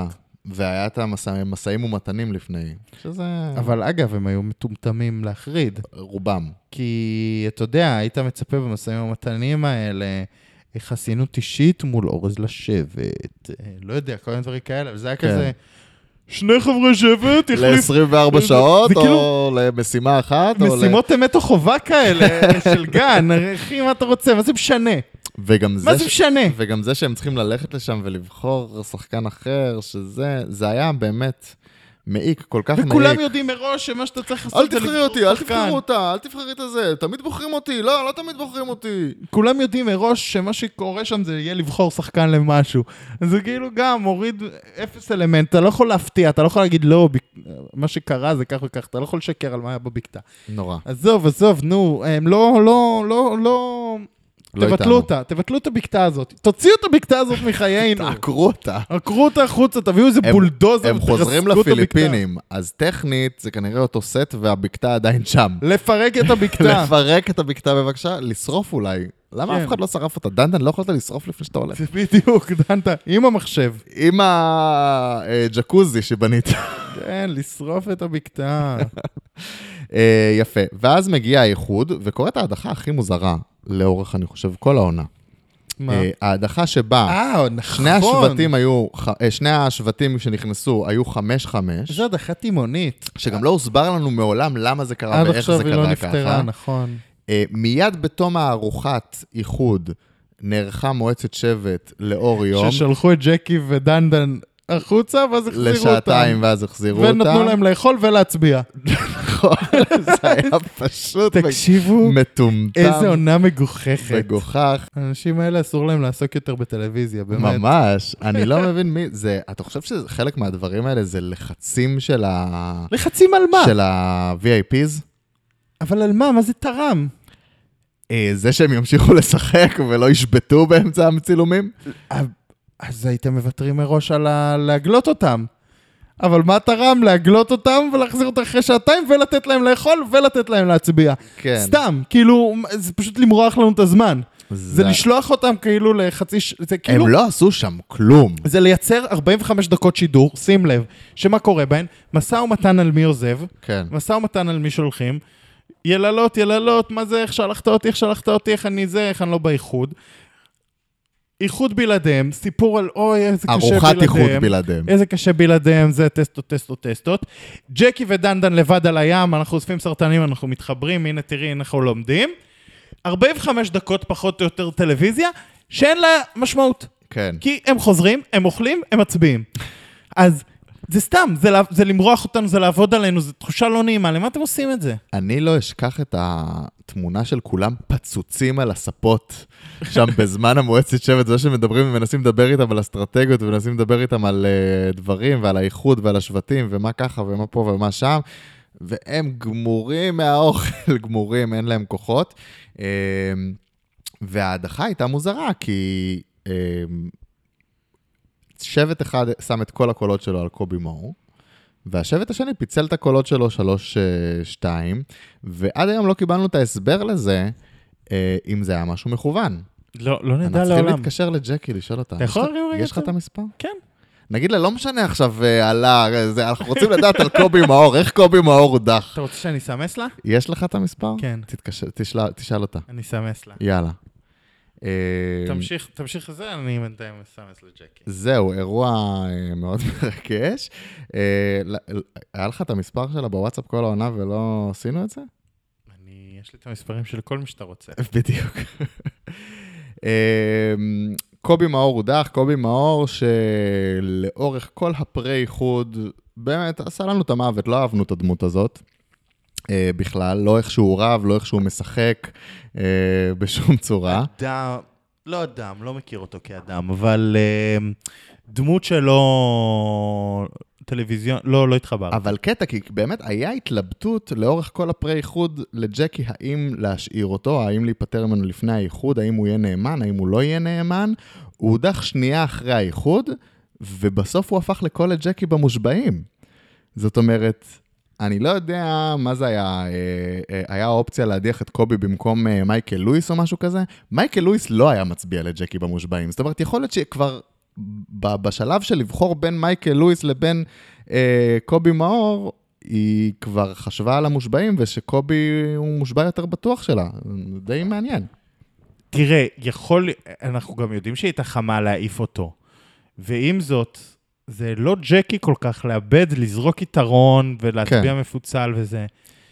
והיה את המסעים ומתנים לפני, שזה... אבל אגב, הם היו מטומטמים להחריד. רובם. כי, אתה יודע, היית מצפה במסעים ומתנים האלה, חסינות אישית מול אורז לשבט, לא יודע, כל מיני דברים כאלה, וזה היה כזה... שני חברי שבט ל-24 שעות, או למשימה אחת, או משימות אמת או חובה כאלה, של גן, אחי, מה אתה רוצה? מה זה משנה? מה זה משנה? וגם זה שהם צריכים ללכת לשם ולבחור שחקן אחר, זה היה באמת מעיק, כל כך מעיק. וכולם יודעים מראש שמה שאתה צריך לעשות זה לבחור שחקן. אל תבחרו אותה, אל תבחרי את זה, תמיד בוחרים אותי, לא תמיד בוחרים אותי. כולם יודעים מראש שמה שקורה שם זה יהיה לבחור שחקן למשהו. זה כאילו גם מוריד 0 אלמנט, אתה לא יכול להפתיע, אתה לא יכול להגיד לא, מה שקרה זה כך וכך, אתה לא יכול לשקר על מה היה בבקתה. נורא. עזוב, נו, הם לא... תבטלו את הבקתה הזאת. תוציאו את הבקתה הזאת מחיינו. תעקרו אותה. עקרו אותה החוצה, תביאו איזה בולדוזר. הם חוזרים לפיליפינים, אז טכנית זה כנראה אותו סט והבקתה עדיין שם. לפרק את הבקתה. לפרק את הבקתה בבקשה, לשרוף אולי. למה אף אחד לא שרף אותה? דנדן לא יכולת לשרוף לפני שאתה הולך. זה בדיוק, דנדן, עם המחשב. עם הג'קוזי שבנית. כן, לשרוף את הבקתה. יפה. ואז מגיע האיחוד, וקוראת ההדחה הכי מוזרה, לאורך, אני חושב, כל העונה. מה? ההדחה שבה, שני השבטים שנכנסו היו 5-5. זו הדחה תימונית. שגם לא הוסבר לנו מעולם למה זה קרה ואיך זה קרה ככה. עד עכשיו היא לא נפטרה, נכון. מיד בתום הארוחת איחוד, נערכה מועצת שבט לאור יום. ששלחו את ג'קי ודנדן החוצה, ואז החזירו אותם. לשעתיים, ואז החזירו אותם. ונתנו להם לאכול ולהצביע. נכון, זה היה פשוט תקשיבו, מטומטם. איזה עונה מגוחכת. מגוחך. האנשים האלה אסור להם לעסוק יותר בטלוויזיה, באמת. ממש, אני לא מבין מי זה. אתה חושב שחלק מהדברים האלה זה לחצים של ה... לחצים על מה? של ה-VIPs? אבל על מה? מה זה תרם? זה שהם ימשיכו לשחק ולא ישבטו באמצע הצילומים? אז הייתם מוותרים מראש על להגלות אותם. אבל מה תרם? להגלות אותם ולהחזיר אותם אחרי שעתיים ולתת להם לאכול ולתת להם להצביע. כן. סתם, כאילו, זה פשוט למרוח לנו את הזמן. זה לשלוח אותם כאילו לחצי... הם לא עשו שם כלום. זה לייצר 45 דקות שידור, שים לב, שמה קורה בהן? מסע ומתן על מי עוזב, כן. מסע ומתן על מי שולחים, יללות, מה זה, איך שלחת אותי, איך אני זה, איך אני לא באיחוד. איחוד בלעדיהם, סיפור על אוי, איזה קשה בלעדיהם. ארוחת איחוד בלעדיהם. איזה קשה בלעדיהם, זה טסטות. ג'קי ודנדן לבד על הים, אנחנו אוספים סרטנים, אנחנו מתחברים, הנה תראי, אנחנו לומדים. 45 דקות פחות או יותר טלוויזיה, שאין לה משמעות. כן. כי הם חוזרים, הם אוכלים, הם מצביעים. אז זה סתם, זה למרוח אותנו, זה לעבוד עלינו, זו תחושה לא נעימה. למה אתם עושים את זה? אני לא אשכח את התמונה של כולם פצוצים על הספות, שם בזמן המועצת שבט, זה שמדברים ומנסים לדבר איתם על אסטרטגיות, ומנסים לדבר איתם על דברים, ועל האיחוד ועל השבטים, ומה ככה ומה פה ומה שם, והם גמורים מהאוכל, גמורים, אין להם כוחות. וההדחה הייתה מוזרה, כי שבט אחד שם את כל הקולות שלו על קובי מאור, והשבט השני פיצל את הקולות שלו 3-2, ועד היום לא קיבלנו את ההסבר לזה, אם זה היה משהו מכוון. לא נדע לעולם. אנחנו צריכים להתקשר לג'קי, לשאול אותה. אתה יכול רגע? יש לך את המספר? כן. נגיד לה, לא משנה עכשיו אנחנו רוצים לדעת על קובי מאור, איך קובי מאור הודח. אתה רוצה שאני אסמס לה? יש לך את המספר? כן. תשאל אותה. אני אסמס לה. יאללה. תמשיך את זה, אני בינתיים אסמס לג'קי. זהו, אירוע מאוד מרגש. היה לך את המספר שלה בוואטסאפ כל העונה ולא עשינו את זה? יש לי את המספרים של כל מי שאתה רוצה. בדיוק. קובי מאור הודח, קובי מאור שלאורך כל הפרי איחוד, באמת עשה לנו את המוות, לא אהבנו את הדמות הזאת. בכלל, לא איך שהוא רב, לא איך שהוא משחק, בשום צורה. לא מכיר אותו כאדם, אבל דמות שלו, טלוויזיון, לא התחבר. אבל קטע, כי באמת היה התלבטות לאורך כל הפרי איחוד לג'קי, האם להשאיר אותו, האם להיפטר ממנו לפני האיחוד, האם הוא יהיה נאמן, האם הוא לא יהיה נאמן. הוא הודח שנייה אחרי האיחוד, ובסוף הוא הפך לכל לג'קי במושבעים. זאת אומרת, אני לא יודע מה זה היה, היה אופציה להדיח את קובי במקום מייקל לואיס או משהו כזה. מייקל לואיס לא היה מצביע לג'קי במושבעים. זאת אומרת, יכול להיות שכבר בשלב של לבחור בין מייקל לואיס לבין קובי מאור, היא כבר חשבה על המושבעים, ושקובי הוא מושבע יותר בטוח שלה. די מעניין. תראה, אנחנו גם יודעים שהיא הייתה חמה להעיף אותו. ועם זאת, זה לא ג'קי כל כך לאבד, לזרוק יתרון ולהצביע מפוצל וזה.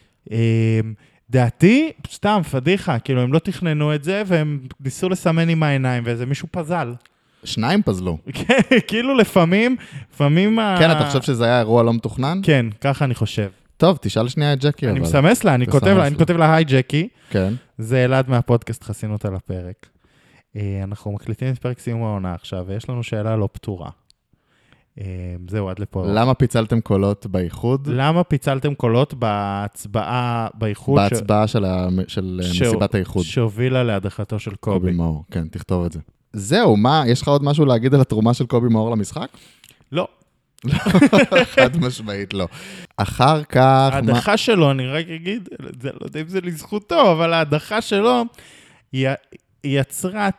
דעתי, סתם, פדיחה, כאילו הם לא תכננו את זה, והם ניסו לסמן עם העיניים, ואיזה מישהו פזל. 2 פזלו. כן, כאילו לפעמים... כן, אתה חושב שזה היה אירוע לא מתוכנן? כן, ככה אני חושב. טוב, תשאל שנייה את ג'קי. אני מסמס לה, אני כותב לה, היי ג'קי. כן. זה אלעד מהפודקאסט חסינות על הפרק. אנחנו מקליטים את פרק סיום העונה עכשיו, ויש לנו שאלה לא פתורה. זהו, עד לפה. למה פיצלתם קולות באיחוד? למה פיצלתם קולות בהצבעה באיחוד? בהצבעה של מסיבת האיחוד. שהובילה להדחתו של קובי. קובי מאור, כן, תכתוב את זה. זהו, מה, יש לך עוד משהו להגיד על התרומה של קובי מאור למשחק? לא. חד משמעית לא. אחר כך... ההדחה שלו, אני רק אגיד, לא יודע אם זה לזכותו, אבל ההדחה שלו היא יצרה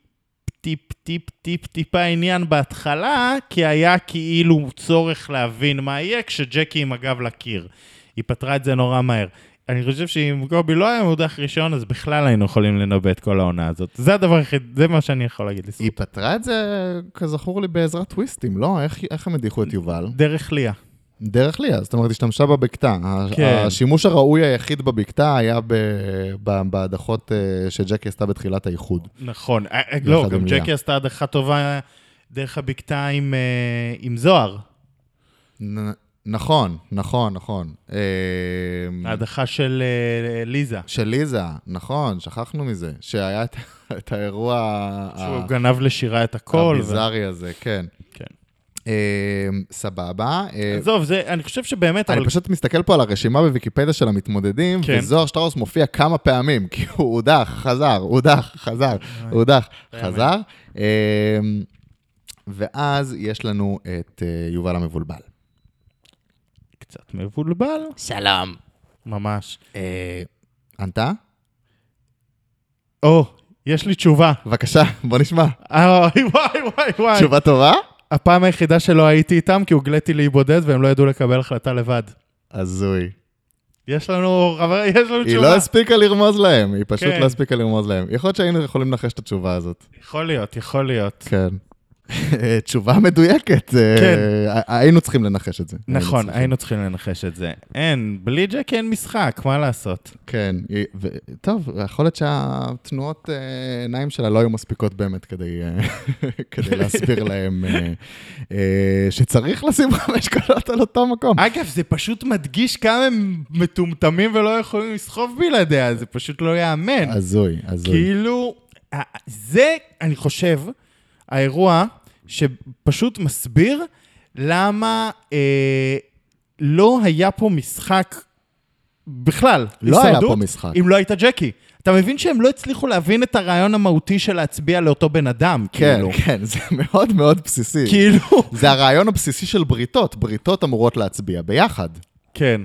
טיפה עניין בהתחלה, כי היה כאילו צורך להבין מה יהיה כשג'קי עם הגב לקיר. היא פתרה את זה נורא מהר. אני חושב שאם קובי לא היה מודח ראשון, אז בכלל היינו יכולים לנבא את כל העונה הזאת. זה הדבר היחיד, זה מה שאני יכול להגיד לזכות. היא פתרה את זה, כזכור לי, בעזרת טוויסטים, לא? איך הם הדיחו את יובל? דרך ליה. דרך ליה, זאת אומרת, השתמשה בבקתה. כן. השימוש הראוי היחיד בבקתה היה בהדחות שג'קי עשתה בתחילת האיחוד. נכון. לא, גם ג'קי עשתה הדחה טובה דרך הבקתה עם זוהר. נכון. ההדחה של ליזה. של ליזה, נכון, שכחנו מזה. שהיה את האירוע... שהוא גנב לשירה את הכל. הביזארי הזה, כן. כן. סבבה. עזוב, אני חושב שבאמת... אני פשוט מסתכל פה על הרשימה בוויקיפדיה של המתמודדים, וזוהר שטראוס מופיע כמה פעמים, כי הוא הודח, חזר. ואז יש לנו את יובל המבולבל. קצת מבולבל. שלום. ממש. ענתה? יש לי תשובה. בבקשה, בוא נשמע. וואי. תשובה טובה? הפעם היחידה שלא הייתי איתם, כי הוגלתי להיבודד, והם לא ידעו לקבל החלטה לבד. הזוי. יש לנו תשובה. היא לא הספיקה לרמוז להם, היא פשוט לא הספיקה לרמוז להם. יכול להיות שהיינו יכולים לנחש את התשובה הזאת. יכול להיות. כן. תשובה מדויקת. כן. היינו צריכים לנחש את זה. נכון, היינו צריכים לנחש את זה. בלי ג'קי אין משחק, מה לעשות? כן, טוב, יכול להיות שהתנועות עיניים שלה לא היו מספיקות באמת כדי להסביר להם שצריך לשים 5 קולות על אותו מקום. אגב, זה פשוט מדגיש כמה הם מטומטמים ולא יכולים לסחוב בלעדיה, זה פשוט לא יאמן. הזוי. כאילו, זה, אני חושב, האירוע שפשוט מסביר למה לא היה פה משחק בכלל. לא היה פה משחק. אם לא הייתה ג'קי. אתה מבין שהם לא הצליחו להבין את הרעיון המהותי של להצביע לאותו בן אדם. כן, כן, זה מאוד מאוד בסיסי. כאילו. זה הרעיון הבסיסי של בריתות. בריתות אמורות להצביע ביחד. כן.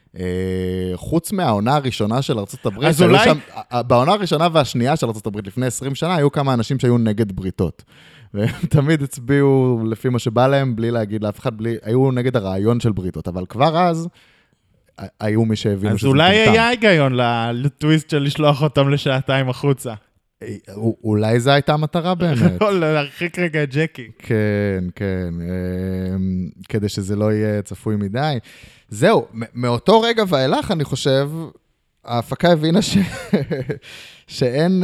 חוץ מהעונה הראשונה של ארצות הברית, אז אולי... בעונה הראשונה והשנייה של ארצות הברית לפני 20 שנה, היו כמה אנשים שהיו נגד בריתות. והם תמיד הצביעו לפי מה שבא להם, בלי להגיד לאף אחד, היו נגד הרעיון של בריתות. אבל כבר אז, היו מי שהבינו שזה אז אולי מטומטם. היה היגיון לטוויסט של לשלוח אותם לשעתיים החוצה. אולי זו הייתה המטרה באמת. להרחיק רגע את ג'קי. כן, כן. כדי שזה לא יהיה צפוי מדי. זהו, מאותו רגע ואילך, אני חושב, ההפקה הבינה שאין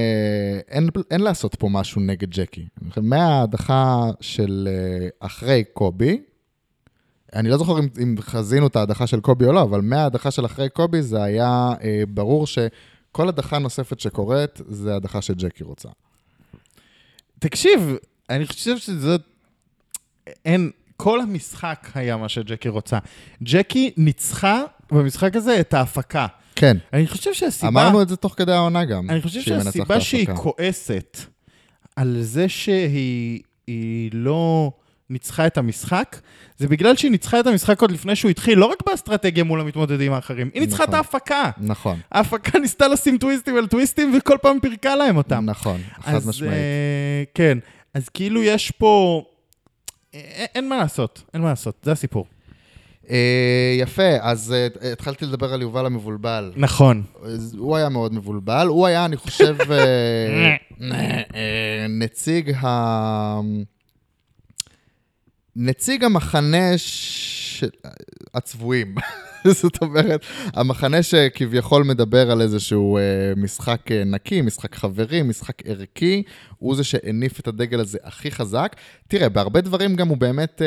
לעשות פה משהו נגד ג'קי. מההדחה של אחרי קובי, אני לא זוכר אם חזינו את ההדחה של קובי או לא, אבל מההדחה של אחרי קובי זה היה ברור שכל הדחה נוספת שקורית, זה הדחה שג'קי רוצה. תקשיב, אני חושב שזאת... כל המשחק היה מה שג'קי רוצה. ג'קי ניצחה במשחק הזה את ההפקה. כן. אני חושב שהסיבה... אמרנו את זה תוך כדי העונה גם. אני חושב שהסיבה שהיא כועסת על זה שהיא לא ניצחה את המשחק, זה בגלל שהיא ניצחה את המשחק עוד לפני שהוא התחיל, לא רק באסטרטגיה מול המתמודדים האחרים, היא ניצחה את ההפקה. נכון. ההפקה ניסתה לשים טוויסטים על טוויסטים, וכל פעם פרקה להם אותם. נכון, חד משמעית. כן. אז כאילו יש פה... אין מה לעשות, אין מה לעשות, זה הסיפור. יפה, אז התחלתי לדבר על יובל המבולבל. נכון. הוא היה מאוד מבולבל, הוא היה, אני חושב, נציג המחנה הצבועים. זאת אומרת, המחנה שכביכול מדבר על איזשהו משחק נקי, משחק חברי, משחק ערכי, הוא זה שהניף את הדגל הזה הכי חזק. תראה, בהרבה דברים גם הוא באמת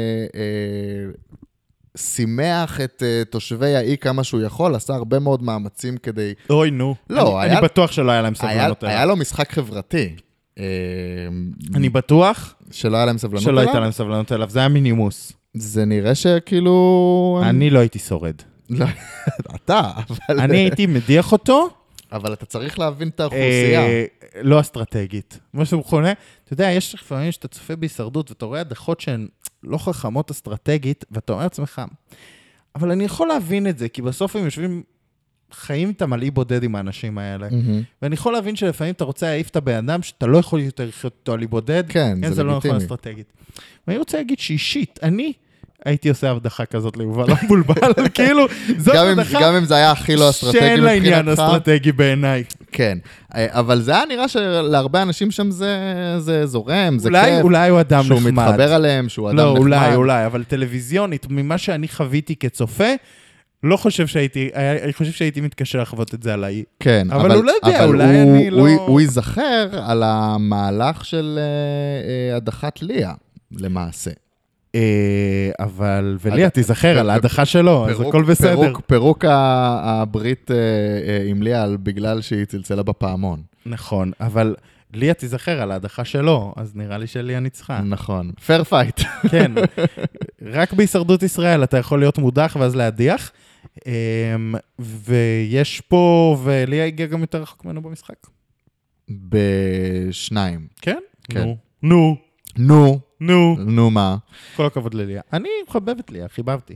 שימח את תושבי האי כמה שהוא יכול, עשה הרבה מאוד מאמצים כדי... אוי, נו. לא, אני בטוח שלא היה להם סבלנות אליו. היה לו משחק חברתי. אני בטוח שלא היה להם סבלנות שלא אליו? הייתה להם סבלנות אליו, זה היה מינימוס. זה נראה שכאילו... אני לא הייתי שורד. לא, אתה, אבל... אני הייתי מדיח אותו, אבל אתה צריך להבין את האוכלוסייה. לא אסטרטגית. מה שאתה מכונה, אתה יודע, יש לפעמים שאתה צופה בהישרדות, ואתה רואה הדחות שהן לא חכמות אסטרטגית, ואתה אומר לעצמך, אבל אני יכול להבין את זה, כי בסוף הם יושבים, חיים איתם על אי בודד עם האנשים האלה. ואני יכול להבין שלפעמים אתה רוצה להעיף את הבן אדם, שאתה לא יכול יותר לחיות אותו על אי בודד, כן, זה לא נכון לגיטימי. אסטרטגית. ואני רוצה להגיד שאישית, אני הייתי עושה הבדחה כזאת ליובל המבולבל, כאילו, זאת הבדחה גם אם זה היה הכי לא אסטרטגי שאין לה עניין מבחינתך. אסטרטגי בעיניי. כן, אבל זה היה נראה שלהרבה אנשים שם זה זורם, זה כיף. אולי הוא אדם נחמד. שהוא מתחבר עליהם, שהוא אדם לא, נחמד. אולי, אבל טלוויזיונית, ממה שאני חוויתי כצופה, לא חושב אני חושב שהייתי מתקשר לחוות את זה עליי. כן, אבל הוא לא יודע, אולי אני לא... הוא ייזכר על המהלך של הדחת ליה, למעשה. אבל, וליה, תיזכר על ההדחה שלו, אז הכל בסדר. פירוק הברית עם ליה בגלל שהיא צלצלה בפעמון. נכון, אבל ליה תיזכר על ההדחה שלו, אז נראה לי שליה ניצחה. נכון, fair fight. כן, רק בהישרדות ישראל אתה יכול להיות מודח ואז להדיח, ויש פה, וליה הגיע גם יותר רחוק ממנו במשחק. בשניים. כן? כן. נו, מה? כל הכבוד לליה. אני מחבב את ליה, חיבבתי.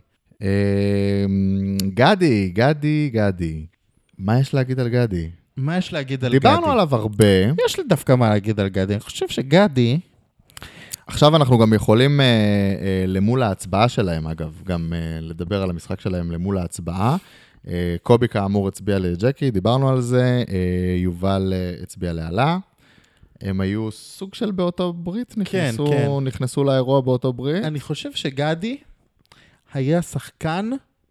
גדי. מה יש להגיד על גדי? מה יש להגיד על גדי? דיברנו עליו הרבה. יש לי דווקא מה להגיד על גדי. אני חושב שגדי... עכשיו אנחנו גם יכולים למול ההצבעה שלהם, אגב, גם לדבר על המשחק שלהם למול ההצבעה. קובי כאמור הצביע לג'קי, דיברנו על זה, יובל הצביע לעלה. הם היו סוג של באותו ברית, נכנסו לאירוע באותו ברית. אני חושב שגדי היה שחקן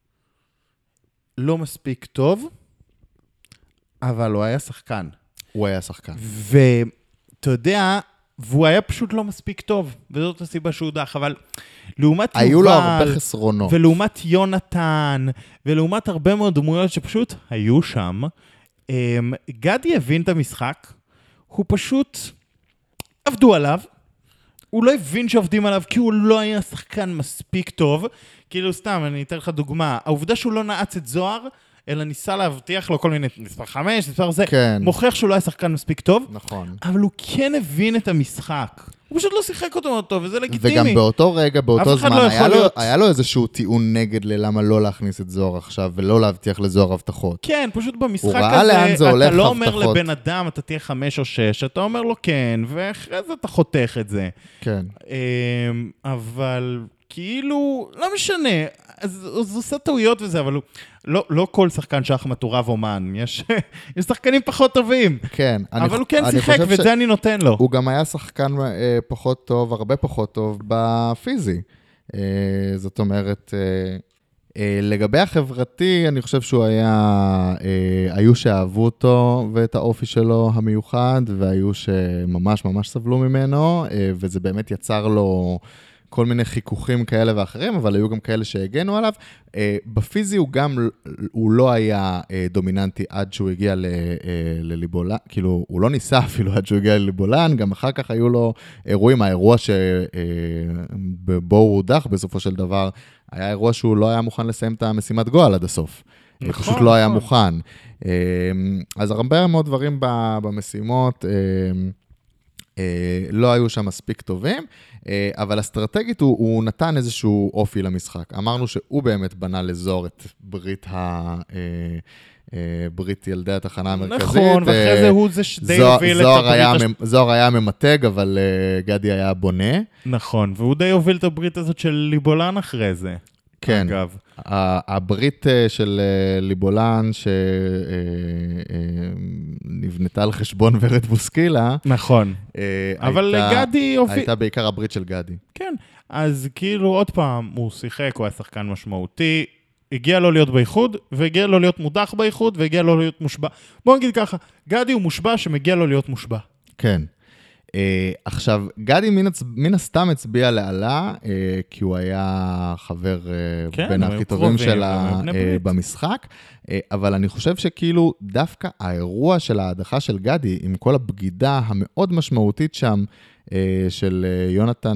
לא מספיק טוב, אבל הוא היה שחקן. הוא היה שחקן. ואתה יודע, והוא היה פשוט לא מספיק טוב, וזאת הסיבה שהוא דח, אבל לעומת יובל... היו לו הרבה חסרונות. ולעומת יונתן, ולעומת הרבה מאוד דמויות שפשוט היו שם, גדי הבין את המשחק, הוא פשוט עבדו עליו, הוא לא הבין שעובדים עליו כי הוא לא היה שחקן מספיק טוב, כאילו סתם, אני אתן לך דוגמה, העובדה שהוא לא נעץ את זוהר, אלא ניסה להבטיח לו כל מיני מספר 5, מספר זה, כן. מוכיח שהוא לא היה שחקן מספיק טוב, נכון. אבל הוא כן הבין את המשחק. הוא פשוט לא שיחק אותו מאוד טוב, וזה לגיטימי. וגם באותו רגע, באותו זמן, לא היה לו איזשהו טיעון נגד ללמה לא להכניס את זוהר עכשיו, ולא להבטיח לזוהר הבטחות. כן, פשוט במשחק הוא ראה לאן זה הולך אתה לא הבטחות. אומר לבן אדם, אתה תהיה 5 או 6, אתה אומר לו כן, ואחרי זה אתה חותך את זה. כן. אבל כאילו, לא משנה, אז הוא עושה טעויות וזה, אבל לא כל שחקן שחמט הוא רב אומן, יש שחקנים פחות טובים. כן. אבל הוא כן שיחק, ואת זה אני נותן לו. הוא גם היה שחקן פחות טוב, הרבה פחות טוב בפיזי. זאת אומרת, לגבי החברתי, אני חושב שהוא היו שאהבו אותו ואת האופי שלו המיוחד, והיו שממש ממש סבלו ממנו, וזה באמת יצר לו כל מיני חיכוכים כאלה ואחרים, אבל היו גם כאלה שהגנו עליו. בפיזי הוא לא היה דומיננטי עד שהוא הגיע לליבולן, כאילו הוא לא ניסה אפילו עד שהוא הגיע לליבולן, גם אחר כך היו לו אירועים, האירוע שבו הוא הודח בסופו של דבר, היה אירוע שהוא לא היה מוכן לסיים את המשימת גול עד הסוף. נכון, פשוט לא היה מוכן. אז הרבה מאוד דברים במשימות, לא היו שם מספיק טובים, אבל אסטרטגית הוא נתן איזשהו אופי למשחק. אמרנו שהוא באמת בנה לזור את ברית ברית ילדי התחנה המרכזית. נכון, ואחרי זה הוא זה שדי הוביל את הברית. זוהר היה ממתג, אבל גדי היה בונה. נכון, והוא די הוביל את הברית הזאת של ליבולן אחרי זה. כן, אגב. הברית של ליבולן שנבנתה על חשבון ורד בוסקילה. נכון. אבל גדי הוביל... הייתה בעיקר הברית של גדי. כן, אז כאילו עוד פעם הוא שיחק, הוא היה שחקן משמעותי, הגיע לו להיות באיחוד, והגיע לו להיות מודח באיחוד, והגיע לו להיות מושבע. בוא נגיד ככה, גדי הוא מושבע שמגיע לו להיות מושבע. כן. עכשיו, גדי מן הסתם הצביע לעלה, כי הוא היה חבר בין הכי טובים שלה במשחק, אבל אני חושב שכאילו דווקא האירוע של ההדחה של גדי, עם כל הבגידה המאוד משמעותית שם, של יונתן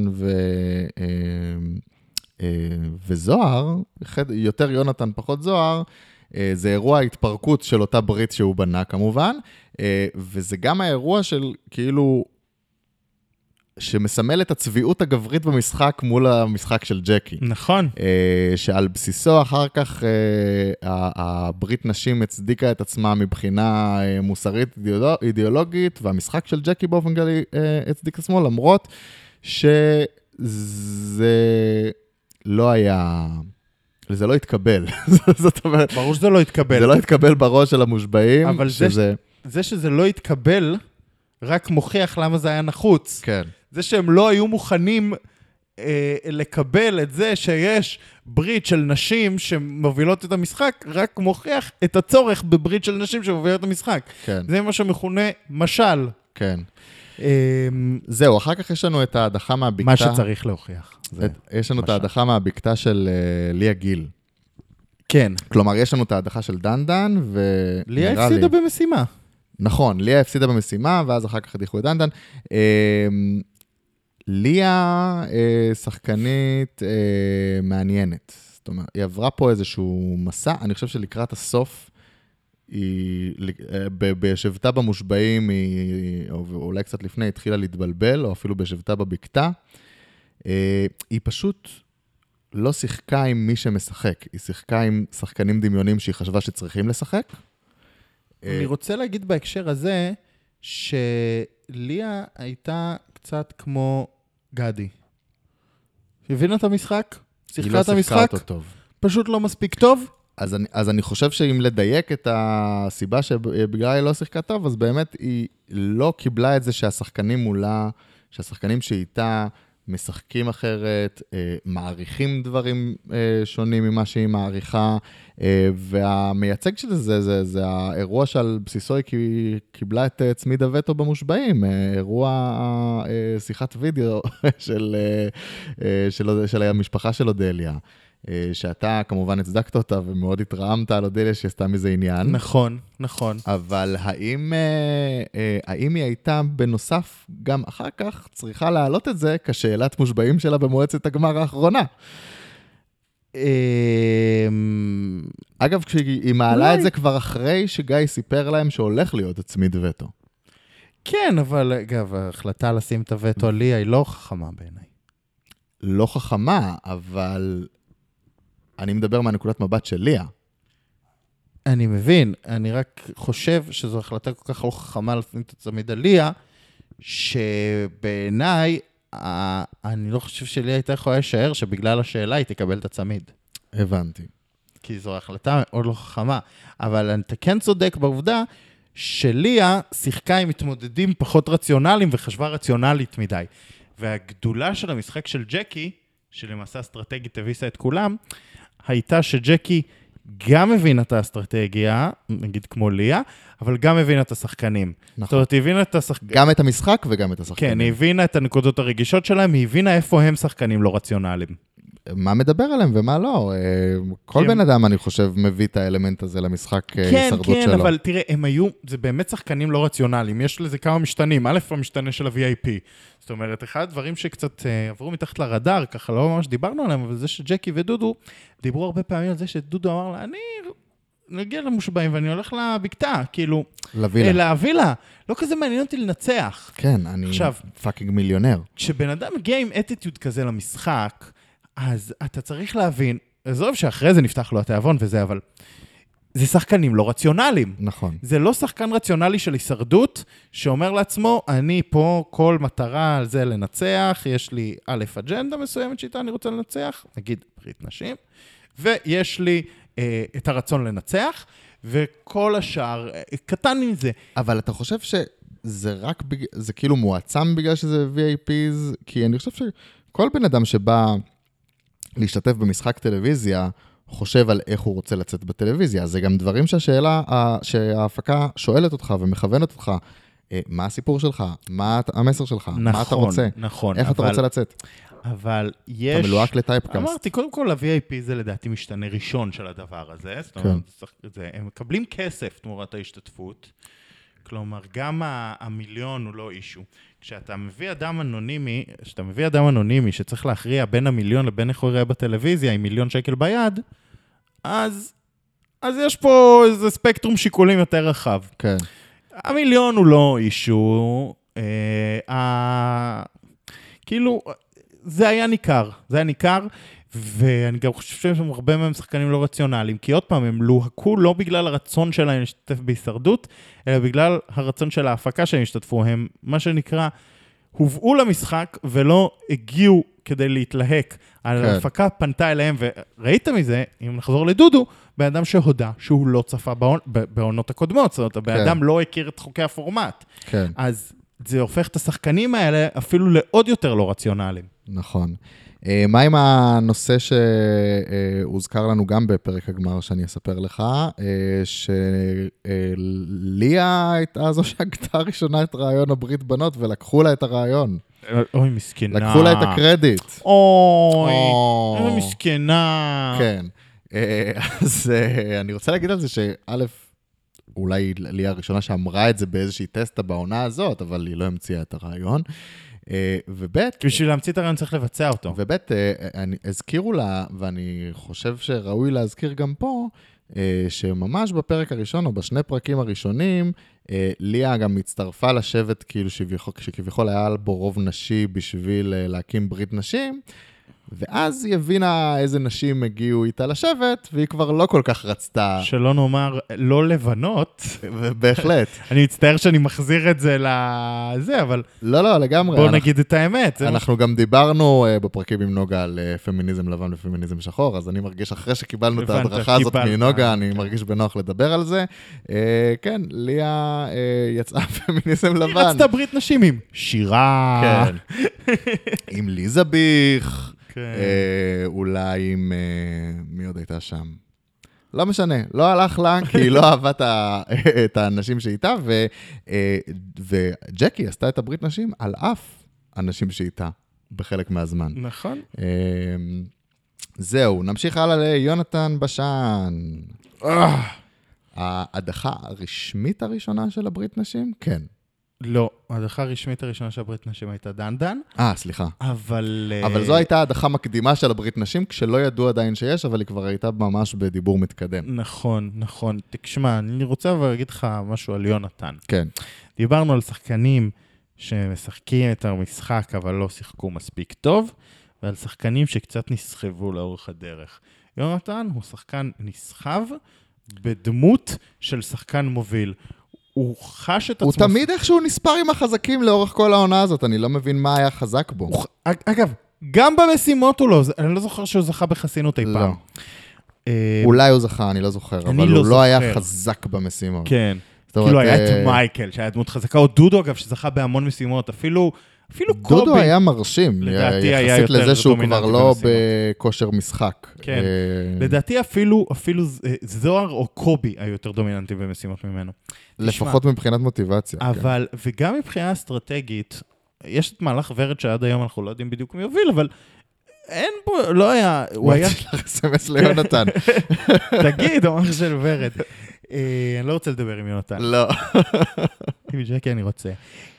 וזוהר, יותר יונתן פחות זוהר, זה אירוע ההתפרקות של אותה ברית שהוא בנה כמובן, וזה גם האירוע של כאילו, שמסמל את הצביעות הגברית במשחק מול המשחק של ג'קי. נכון. שעל בסיסו אחר כך הברית נשים הצדיקה את עצמה מבחינה מוסרית אידיאולוגית, והמשחק של ג'קי באופן כללי הצדיק עצמו, למרות שזה לא היה... זה לא התקבל. זאת אומרת... ברור שזה לא התקבל. זה לא התקבל בראש של המושבעים. אבל זה שזה לא התקבל, רק מוכיח למה זה היה נחוץ. כן. זה שהם לא היו מוכנים לקבל את זה שיש ברית של נשים שמובילות את המשחק, רק מוכיח את הצורך בברית של נשים שמובילות את המשחק. כן. זה מה שמכונה משל. כן. זהו, אחר כך יש לנו את ההדחה מהבקתה. מה שצריך להוכיח. יש לנו את ההדחה מהבקתה של ליה גיל. כן. כלומר, יש לנו את ההדחה של דנדן, ליה הפסידה במשימה. נכון, ליה הפסידה במשימה, ואז אחר כך הדיחו את דנדן. ליה שחקנית מעניינת. זאת אומרת, היא עברה פה איזשהו מסע, אני חושב שלקראת הסוף, בשבטה במושבעים, או אולי קצת לפני, התחילה להתבלבל, או אפילו בשבטה בבקתה. היא פשוט לא שיחקה עם מי שמשחק, היא שיחקה עם שחקנים דמיונים שהיא חשבה שצריכים לשחק. אני רוצה להגיד בהקשר הזה, שליה הייתה קצת כמו גדי. הבינה את המשחק? שיחקה את המשחק? היא לא שיחקה אותו טוב. פשוט לא מספיק טוב? אז אני חושב שאם לדייק את הסיבה שבגלל היא לא שיחקה טוב, אז באמת היא לא קיבלה את זה שהשחקנים מולה, שהשחקנים שאיתה משחקים אחרת, מעריכים דברים שונים ממה שהיא מעריכה, והמייצג של זה האירוע שעל בסיסו היא קיבלה את צמיד הווטו במושבעים, אירוע שיחת וידאו של המשפחה של אודליה. שאתה כמובן הצדקת אותה ומאוד התרעמת על אודליה שעשתה מזה עניין. נכון, נכון. אבל האם היא הייתה בנוסף גם אחר כך צריכה להעלות את זה כשאלת מושבעים שלה במועצת הגמר האחרונה? אגב, כשהיא מעלה את זה כבר אחרי שגיא סיפר להם שהולך להיות הצמיד וטו. כן, אבל אגב, ההחלטה לשים את הווטו עלי היא לא חכמה בעיניי. לא חכמה, אבל... אני מדבר מהנקודת מבט של ליה. אני מבין, אני רק חושב שזו החלטה כל כך לא חכמה לשים את הצמיד על ליה, שבעיניי, אני לא חושב שליה הייתה יכולה לשער שבגלל השאלה היא תקבל את הצמיד. הבנתי. כי זו החלטה מאוד לא חכמה. אבל אתה כן צודק בעובדה שליה שיחקה עם מתמודדים פחות רציונליים וחשבה רציונלית מדי. והגדולה של המשחק של ג'קי, שלמעשה אסטרטגית הביסה את כולם, הייתה שג'קי גם הבינה את האסטרטגיה, נגיד כמו ליה, אבל גם הבינה את השחקנים. נכון. זאת אומרת, היא הבינה את השחקנים. גם את המשחק וגם את השחקנים. כן, היא הבינה את הנקודות הרגישות שלהם, היא הבינה איפה הם שחקנים לא רציונליים. מה מדבר עליהם ומה לא. כל בן אדם, אני חושב, מביא את האלמנט הזה למשחק הישרדות שלו. כן, אבל תראה, הם היו, זה באמת שחקנים לא רציונליים. יש לזה כמה משתנים. א', המשתנה של ה-VIP. זאת אומרת, אחד הדברים שקצת עברו מתחת לרדאר, ככה לא ממש דיברנו עליהם, אבל זה שג'קי ודודו דיברו הרבה פעמים על זה שדודו אמר לה, אני נגיע למושבעים ואני הולך לבקתה, כאילו, להבילה. לא כזה מעניין אותי לנצח. כן, אני פאקינג מיליונר. כשבן אדם מגיע עם אטיטיוד כזה למשחק, אז אתה צריך להבין, עזוב שאחרי זה נפתח לו התיאבון וזה, אבל זה שחקנים לא רציונליים. נכון. זה לא שחקן רציונלי של הישרדות, שאומר לעצמו, אני פה כל מטרה על זה לנצח, יש לי א' אג'נדה מסוימת שאיתה אני רוצה לנצח, נגיד ברית נשים, ויש לי את הרצון לנצח, וכל השאר קטן מזה. אבל אתה חושב שזה רק, זה כאילו מועצם בגלל שזה VIPs? כי אני חושב שכל בן אדם שבא להשתתף במשחק טלוויזיה, חושב על איך הוא רוצה לצאת בטלוויזיה. זה גם דברים שההפקה שואלת אותך ומכוונת אותך. מה הסיפור שלך? מה המסר שלך? נכון, מה אתה רוצה? נכון. איך אתה רוצה לצאת? אבל יש... אתה מלואק לטייפקאסט. אמרתי, קודם כל, ה-VIP זה לדעתי משתנה ראשון של הדבר הזה. זאת אומרת, הם מקבלים כסף תמורת ההשתתפות. כלומר, גם המיליון הוא לא אישו. כשאתה מביא אדם אנונימי שצריך להכריע בין המיליון לבין איך הוא יראה בטלוויזיה עם $1,000,000 ביד, אז יש פה איזה ספקטרום שיקולים יותר רחב. כן. המיליון הוא לא אישו, כאילו, זה היה ניכר, ואני גם חושב שהם הרבה מהם שחקנים לא רציונליים, כי עוד פעם, הם לוהקו לא בגלל הרצון שלהם להשתתף בהישרדות, אלא בגלל הרצון של ההפקה שהם השתתפו, הם מה שנקרא, הובאו למשחק ולא הגיעו כדי להתלהק. ההפקה פנתה אליהם, וראית מזה, אם נחזור לדודו, באדם שהודע שהוא לא צפה בעונות הקודמות, זאת אומרת, באדם לא הכיר את חוקי הפורמט. כן. אז זה הופך את השחקנים האלה אפילו לעוד יותר לא רציונליים. נכון. מה עם הנושא שהוזכר לנו גם בפרק הגמר שאני אספר לך, שליה הייתה זו שהגתה ראשונה את רעיון הברית בנות, ולקחו לה את הרעיון. אוי, מסכנה. לקחו לה את הקרדיט. אוי, מסכנה. כן. אז אני רוצה להגיד על זה שא', אולי ליה הראשונה שאמרה את זה באיזושהי טסטה בעונה הזאת, אבל היא לא המציאה את הרעיון. ובית... בשביל להמציא את הרעיון צריך לבצע אותו. ובית, הזכירו לה, ואני חושב שראוי להזכיר גם פה, שממש בפרק הראשון, או בשני פרקים הראשונים, ליה גם הצטרפה לשבט, כאילו שכביכול היה בו רוב נשי בשביל להקים ברית נשים, ואז היא הבינה איזה נשים הגיעו איתה לשבט, והיא כבר לא כל כך רצתה. שלא נאמר, לא לבנות. בהחלט. אני מצטער שאני מחזיר את זה לזה, אבל... לא, לגמרי. בוא נגיד את האמת. אנחנו גם דיברנו בפרקים עם נוגה על פמיניזם לבן ופמיניזם שחור, אז אני מרגיש אחרי שקיבלנו את ההדרכה הזאת מנוגה, אני מרגיש בנוח לדבר על זה. כן, ליה יצאה פמיניזם לבן. היא רצתה ברית נשים עם שירה. כן. עם ליזה ביך. אולי עם... מי עוד הייתה שם? לא משנה, לא הלך לה, כי היא לא אהבה את האנשים שאיתה, וג'קי עשתה את הברית נשים על אף האנשים שאיתה, בחלק מהזמן. נכון. זהו, נמשיך הלאה ליונתן בשן. ההדחה הרשמית הראשונה של הברית נשים? כן. לא, ההדחה הרשמית הראשונה של הברית נשים הייתה דן. סליחה. אבל זו הייתה הדחה מקדימה של הברית נשים, כשלא ידעו עדיין שיש, אבל היא כבר הייתה ממש בדיבור מתקדם. נכון. תשמע, אני רוצה להגיד לך משהו על יונתן. כן. דיברנו על שחקנים שמשחקים את המשחק, אבל לא שיחקו מספיק טוב, ועל שחקנים שקצת נסחבו לאורך הדרך. יונתן הוא שחקן נסחב בדמות של שחקן מוביל. הוא חש את עצמו... הוא תמיד איכשהו נספר עם החזקים לאורך כל העונה הזאת, אני לא מבין מה היה חזק בו. אגב, גם במשימות הוא לא, אני לא זוכר שהוא זכה בחסינות אי פעם. אולי הוא זכה, אני לא זוכר, אבל הוא לא היה חזק במשימות. כן, כאילו היה את מייקל, שהיה דמות חזקה, או דודו אגב, שזכה בהמון משימות, אפילו קובי. דודו היה מרשים, יחסית לזה שהוא כבר לא בכושר משחק. כן, לדעתי אפילו זוהר או קובי היו יותר דומיננטיים במשימות ממנו. לפחות מבחינת מוטיבציה. אבל, וגם מבחינה אסטרטגית, יש את מהלך ורד שעד היום אנחנו לא יודעים בדיוק מי יוביל, אבל אין פה, לא היה... הוא היה לך סמס ליונתן. תגיד, המערכת של ורד. אני לא רוצה לדבר עם יונתן. לא. עם ג'קי אני רוצה.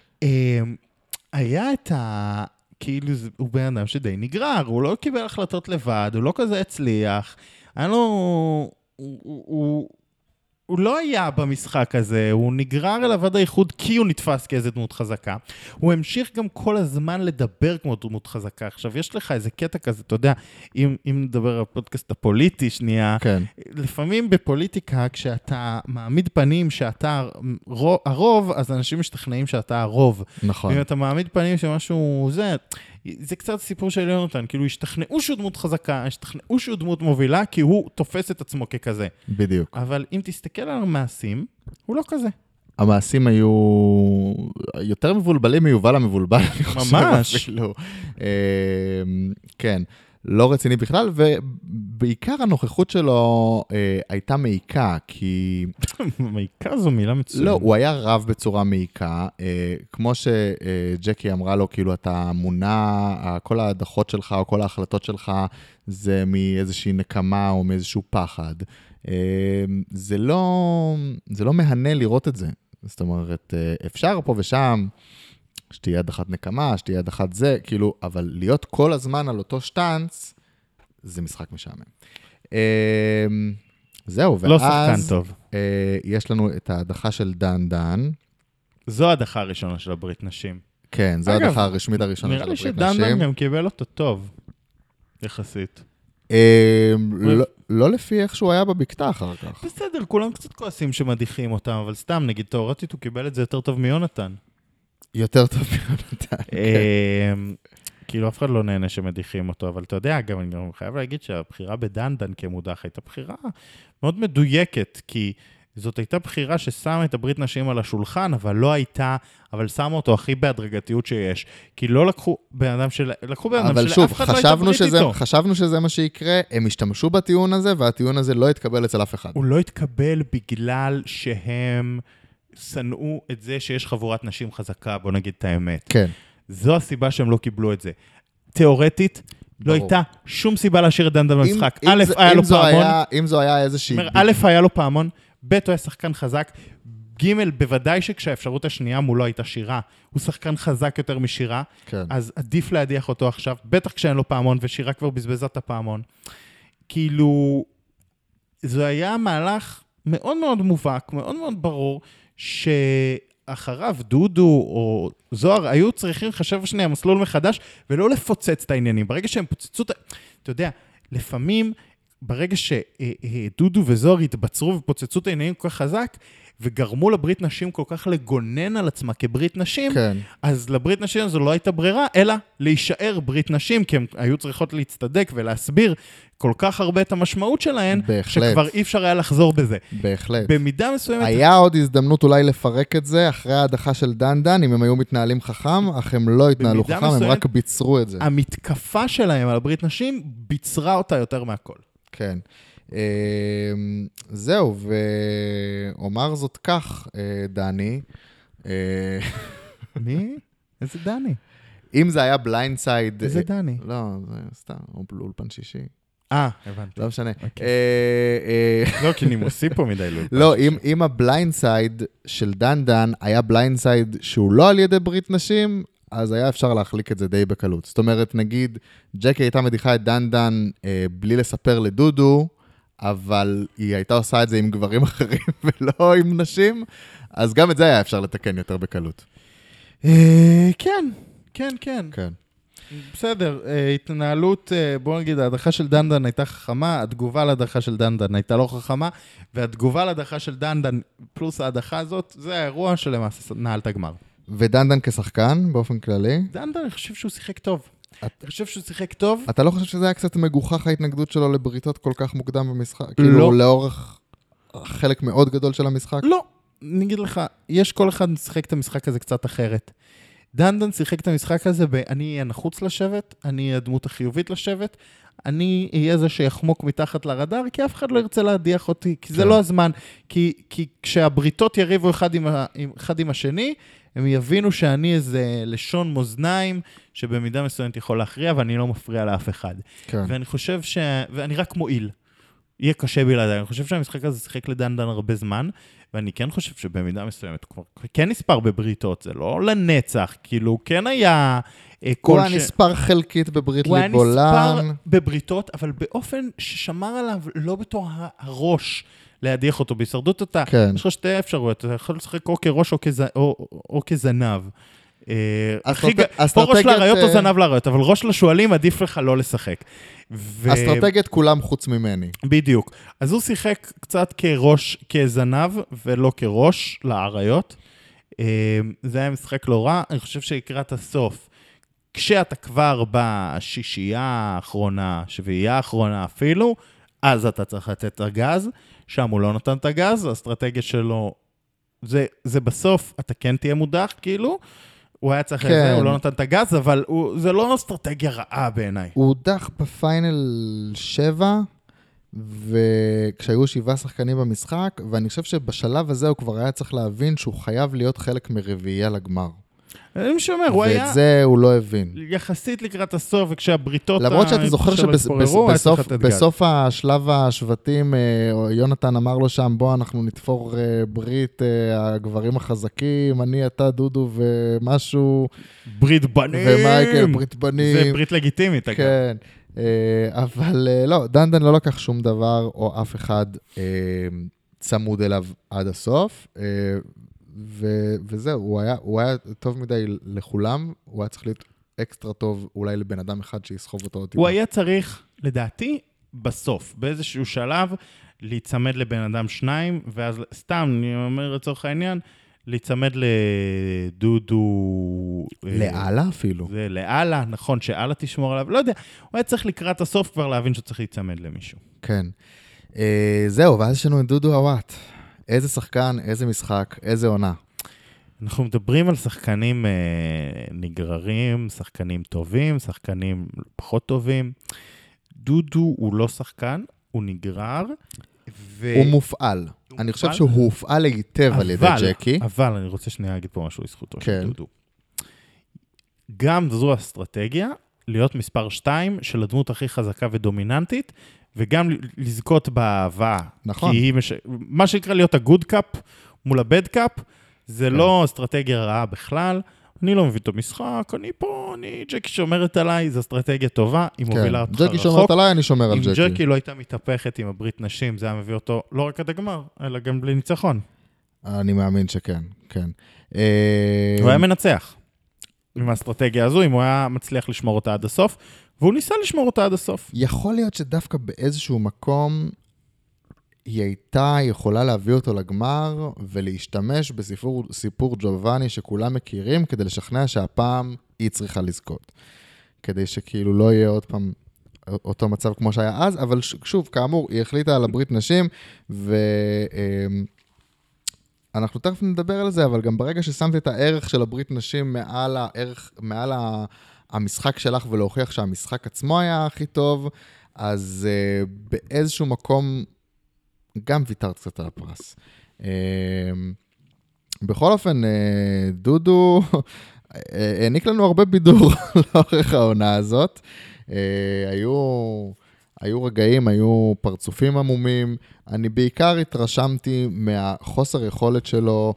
היה את ה... כאילו הוא בן אדם שדי נגרר, הוא לא קיבל החלטות לבד, הוא לא כזה הצליח. היה לו... הוא לא היה במשחק הזה, הוא נגרר אליו עד האיחוד כי הוא נתפס כאיזה דמות חזקה. הוא המשיך גם כל הזמן לדבר כמו דמות חזקה. עכשיו, יש לך איזה קטע כזה, אתה יודע, אם נדבר על הפודקאסט הפוליטי שנייה, כן. לפעמים בפוליטיקה, כשאתה מעמיד פנים שאתה הרוב, אז אנשים משתכנעים שאתה הרוב. נכון. אם אתה מעמיד פנים שמשהו זה קצת סיפור של יונתן, כאילו השתכנעו שהוא דמות חזקה, השתכנעו שהוא דמות מובילה, כי הוא תופס את עצמו ככזה. בדיוק. אבל אם תסתכל על המעשים, הוא לא כזה. המעשים היו יותר מבולבלים מיובל המבולבל, אני חושב ממש. אפילו. כן, לא רציני בכלל, ובעיקר הנוכחות שלו הייתה מעיקה, כי... מעיקה זו מילה מצוינת. לא, הוא היה רב בצורה מעיקה, כמו שג'קי אמרה לו, כאילו אתה מונע, כל ההדחות שלך או כל ההחלטות שלך, זה מאיזושהי נקמה או מאיזשהו פחד. זה לא מהנה לראות את זה. זאת אומרת, אפשר פה ושם, שתהיה הדחת נקמה, שתהיה הדחת זה, כאילו, אבל להיות כל הזמן על אותו שטנץ, זה משחק משעמם. זהו, לא ואז שחקן טוב. יש לנו את ההדחה של דן. זו ההדחה הראשונה של הברית נשים. כן, זו אגב, ההדחה הרשמית הראשונה של נראה לי הברית נשים. שדן גם קיבל אותו טוב, יחסית. לא לפי איך שהוא היה בבקתה אחר כך. בסדר, כולם קצת כועסים שמדיחים אותם, אבל סתם, נגיד, תיאורטית הוא קיבל את זה יותר טוב מיונתן. יותר טוב מיונתן. כאילו, אף אחד לא נהנה שמדיחים אותו, אבל אתה יודע, גם אני חייב להגיד שהבחירה בדנדן כמודח הייתה בחירה מאוד מדויקת, כי זאת הייתה בחירה ששמה את הברית נשים על השולחן, אבל שמה אותו הכי בהדרגתיות שיש. כי לא לקחו בן אדם שלאף אחד לא הייתה ברית איתו. חשבנו שזה מה שיקרה, הם השתמשו בטיעון הזה, והטיעון הזה לא התקבל אצל אף אחד. הוא לא התקבל בגלל שהם שנאו את זה שיש חבורת נשים חזקה, בוא נגיד את האמת. כן. זו הסיבה שהם לא קיבלו את זה. תיאורטית, לא הייתה שום סיבה להשאיר את דנדן במשחק. א', היה לו פעמון. אם זו היה איזושהי... א', היה לו פעמון, ב', הוא היה שחקן חזק, ג', בוודאי שכשהאפשרות השנייה מולו הייתה שירה, הוא שחקן חזק יותר משירה, אז עדיף להדיח אותו עכשיו, בטח כשאין לו פעמון, ושירה כבר בזבזה את הפעמון. כאילו, זה היה מהלך מאוד מאוד מובהק, מאוד מאוד ברור, שאחריו דודו או זוהר היו צריכים לחשב שנייה מסלול מחדש, ולא לפוצץ את העניינים. ברגע שהם פוצצו אתה יודע, לפעמים, ברגע שדודו וזוהר התבצרו ופוצצו את העניינים כל כך חזק, וגרמו לברית נשים כל כך לגונן על עצמה כברית נשים, כן. אז לברית נשים הזו לא הייתה ברירה, אלא להישאר ברית נשים, כי הן היו צריכות להצטדק ולהסביר כל כך הרבה את המשמעות שלהן, בהחלט. שכבר אי אפשר היה לחזור בזה. בהחלט. במידה מסוימת... היה עוד הזדמנות אולי לפרק את זה, אחרי ההדחה של דן, אם הם היו מתנהלים חכם, אך הם לא התנהלו חכם, הם רק ביצרו את זה. המתקפה שלהם על הברית נשים, ביצרה אותה יותר מהכל. כן. זהו, ואומר זאת כך, דני. מי? איזה דני? אם זה היה בליינד סייד... איזה דני? לא, זה סתם, אולפן שישי. הבנתי. לא משנה. לא, כי נימוסי פה מדי לאולפן לא, אם הבליינד סייד של דן היה בליינד סייד שהוא לא על ידי ברית נשים, אז היה אפשר להחליק את זה די בקלות. זאת אומרת, נגיד, ג'קי הייתה מדיחה את דן בלי לספר לדודו, אבל היא הייתה עושה את זה עם גברים אחרים ולא עם נשים, אז גם את זה היה אפשר לתקן יותר בקלות. כן. בסדר, התנהלות, בוא נגיד, ההדחה של דנדן הייתה חכמה, התגובה להדחה של דנדן הייתה לא חכמה, והתגובה להדחה של דנדן פלוס ההדחה הזאת, זה האירוע שלמעשה נעל את הגמר. ודנדן כשחקן, באופן כללי? דנדן, אני חושב שהוא שיחק טוב. אני חושב שהוא שיחק טוב. אתה לא חושב שזה היה קצת מגוחך ההתנגדות שלו לבריתות כל כך מוקדם במשחק? כאילו לאורך חלק מאוד גדול של המשחק? לא, אני אגיד לך, יש כל אחד שיחק את המשחק הזה קצת אחרת. דנדן שיחק את המשחק הזה אני אהיה נחוץ לשבת, אני אהיה הדמות החיובית לשבת, אני אהיה זה שיחמוק מתחת לרדאר, כי אף אחד לא ירצה להדיח אותי, כי זה לא הזמן. כי כשהבריתות יריבו אחד עם השני, הם יבינו שאני איזה לשון מאזניים, שבמידה מסוימת יכול להכריע, ואני לא מפריע לאף אחד. כן. ואני חושב ואני רק מועיל. יהיה קשה בלעדיי. אני חושב שהמשחק הזה שיחק לדנדן הרבה זמן, ואני כן חושב שבמידה מסוימת, כן נספר בבריתות, זה לא לנצח, כאילו, כן היה... הוא היה נספר חלקית בברית ליבולן. הוא היה נספר בבריתות, אבל באופן ששמר עליו לא בתור הראש להדיח אותו בהישרדות, כן. יש לך שתי אפשרויות, אתה יכול לשחק או כראש או כזנב. פה ראש לאריות או זנב לאריות, אבל ראש לשואלים עדיף לך לא לשחק. אסטרטגיית כולם חוץ ממני. בדיוק. אז הוא שיחק קצת כראש, כזנב, ולא כראש לאריות. זה היה משחק לא רע. אני חושב שלקראת הסוף, כשאתה כבר בשישייה האחרונה, שביעייה האחרונה אפילו, אז אתה צריך לתת את הגז. שם הוא לא נתן את הגז, האסטרטגיה שלו, זה בסוף, אתה כן תהיה מודח, כאילו, הוא היה צריך לזה, הוא לא נתן את הגז, אבל זה לא אסטרטגיה רעה בעיניי. הוא הודח בפיינל 7, וכשהיו 7 שחקנים במשחק, ואני חושב שבשלב הזה הוא כבר היה צריך להבין שהוא חייב להיות חלק מרביעייה לגמר. אני שאומר, הוא היה... ואת זה הוא לא הבין. יחסית לקראת הסוף, וכשהבריתות... למרות שאתה זוכר שבסוף השלב השבטים, יונתן אמר לו שם, בוא אנחנו נתפור ברית הגברים החזקים, אני, אתה, דודו ומשהו... ברית בנים! ומייקל, ברית בנים. זה ברית לגיטימית, אגב. כן, אבל לא, דנדן לא לקח שום דבר, או אף אחד צמוד אליו עד הסוף, וזהו, הוא היה טוב מדי לכולם, הוא היה צריך להיות אקסטרה טוב אולי לבן אדם אחד שיסחוב אותו עוד טיפה. הוא היה צריך, לדעתי, בסוף, באיזשהו שלב, להיצמד לבן אדם 2, ואז סתם, אני אומר לצורך העניין, להיצמד לדודו... לאללה אפילו. זה לאללה, נכון, שאללה תשמור עליו, לא יודע, הוא היה צריך לקראת הסוף כבר להבין שצריך להיצמד למישהו. כן. זהו, ואז יש לנו את דודו הוואט. איזה שחקן, איזה משחק, איזה עונה. אנחנו מדברים על שחקנים נגררים, שחקנים טובים, שחקנים פחות טובים. דודו הוא לא שחקן, הוא נגרר. הוא מופעל. אני חושב שהוא הופעל היטב על ידי ג'קי. אבל אני רוצה שנייה להגיד פה משהו לזכותו של דודו. גם זו אסטרטגיה, להיות מספר 2 של הדמות הכי חזקה ודומיננטית, וגם לזכות באהבה. נכון. כי מה שיקרה להיות הגוד קאפ מול הבד קאפ, זה לא אסטרטגיה רעה בכלל. אני לא מבין את המשחק, אני פה, ג'קי שומרת עליי, זו אסטרטגיה טובה, היא מובילה אותך רחוק. ג'קי שומרת עליי, אני שומר על ג'קי. אם ג'קי לא הייתה מתהפכת עם הברית נשים, זה היה מביא אותו לא רק עד הגמר, אלא גם בלי ניצחון. אני מאמין שכן, כן. הוא היה מנצח עם האסטרטגיה הזו, אם הוא היה מצליח לשמור אותה עד הסוף, והוא ניסה לשמור אותה עד הסוף. יכול להיות שדווקא באיזשהו מקום, היא הייתה יכולה להביא אותו לגמר, ולהשתמש בסיפור ג'ובאני שכולם מכירים, כדי לשכנע שהפעם היא צריכה לזכות. כדי שכאילו לא יהיה עוד פעם אותו מצב כמו שהיה אז, אבל שוב, כאמור, היא החליטה על הברית נשים, אנחנו תכף נדבר על זה, אבל גם ברגע ששמתי את הערך של הברית נשים מעל המשחק שלך, ולהוכיח שהמשחק עצמו היה הכי טוב, אז באיזשהו מקום גם ויתרת קצת על הפרס. בכל אופן, דודו העניק לנו הרבה בידור לאורך העונה הזאת. היו רגעים, היו פרצופים עמומים. אני בעיקר התרשמתי מהחוסר יכולת שלו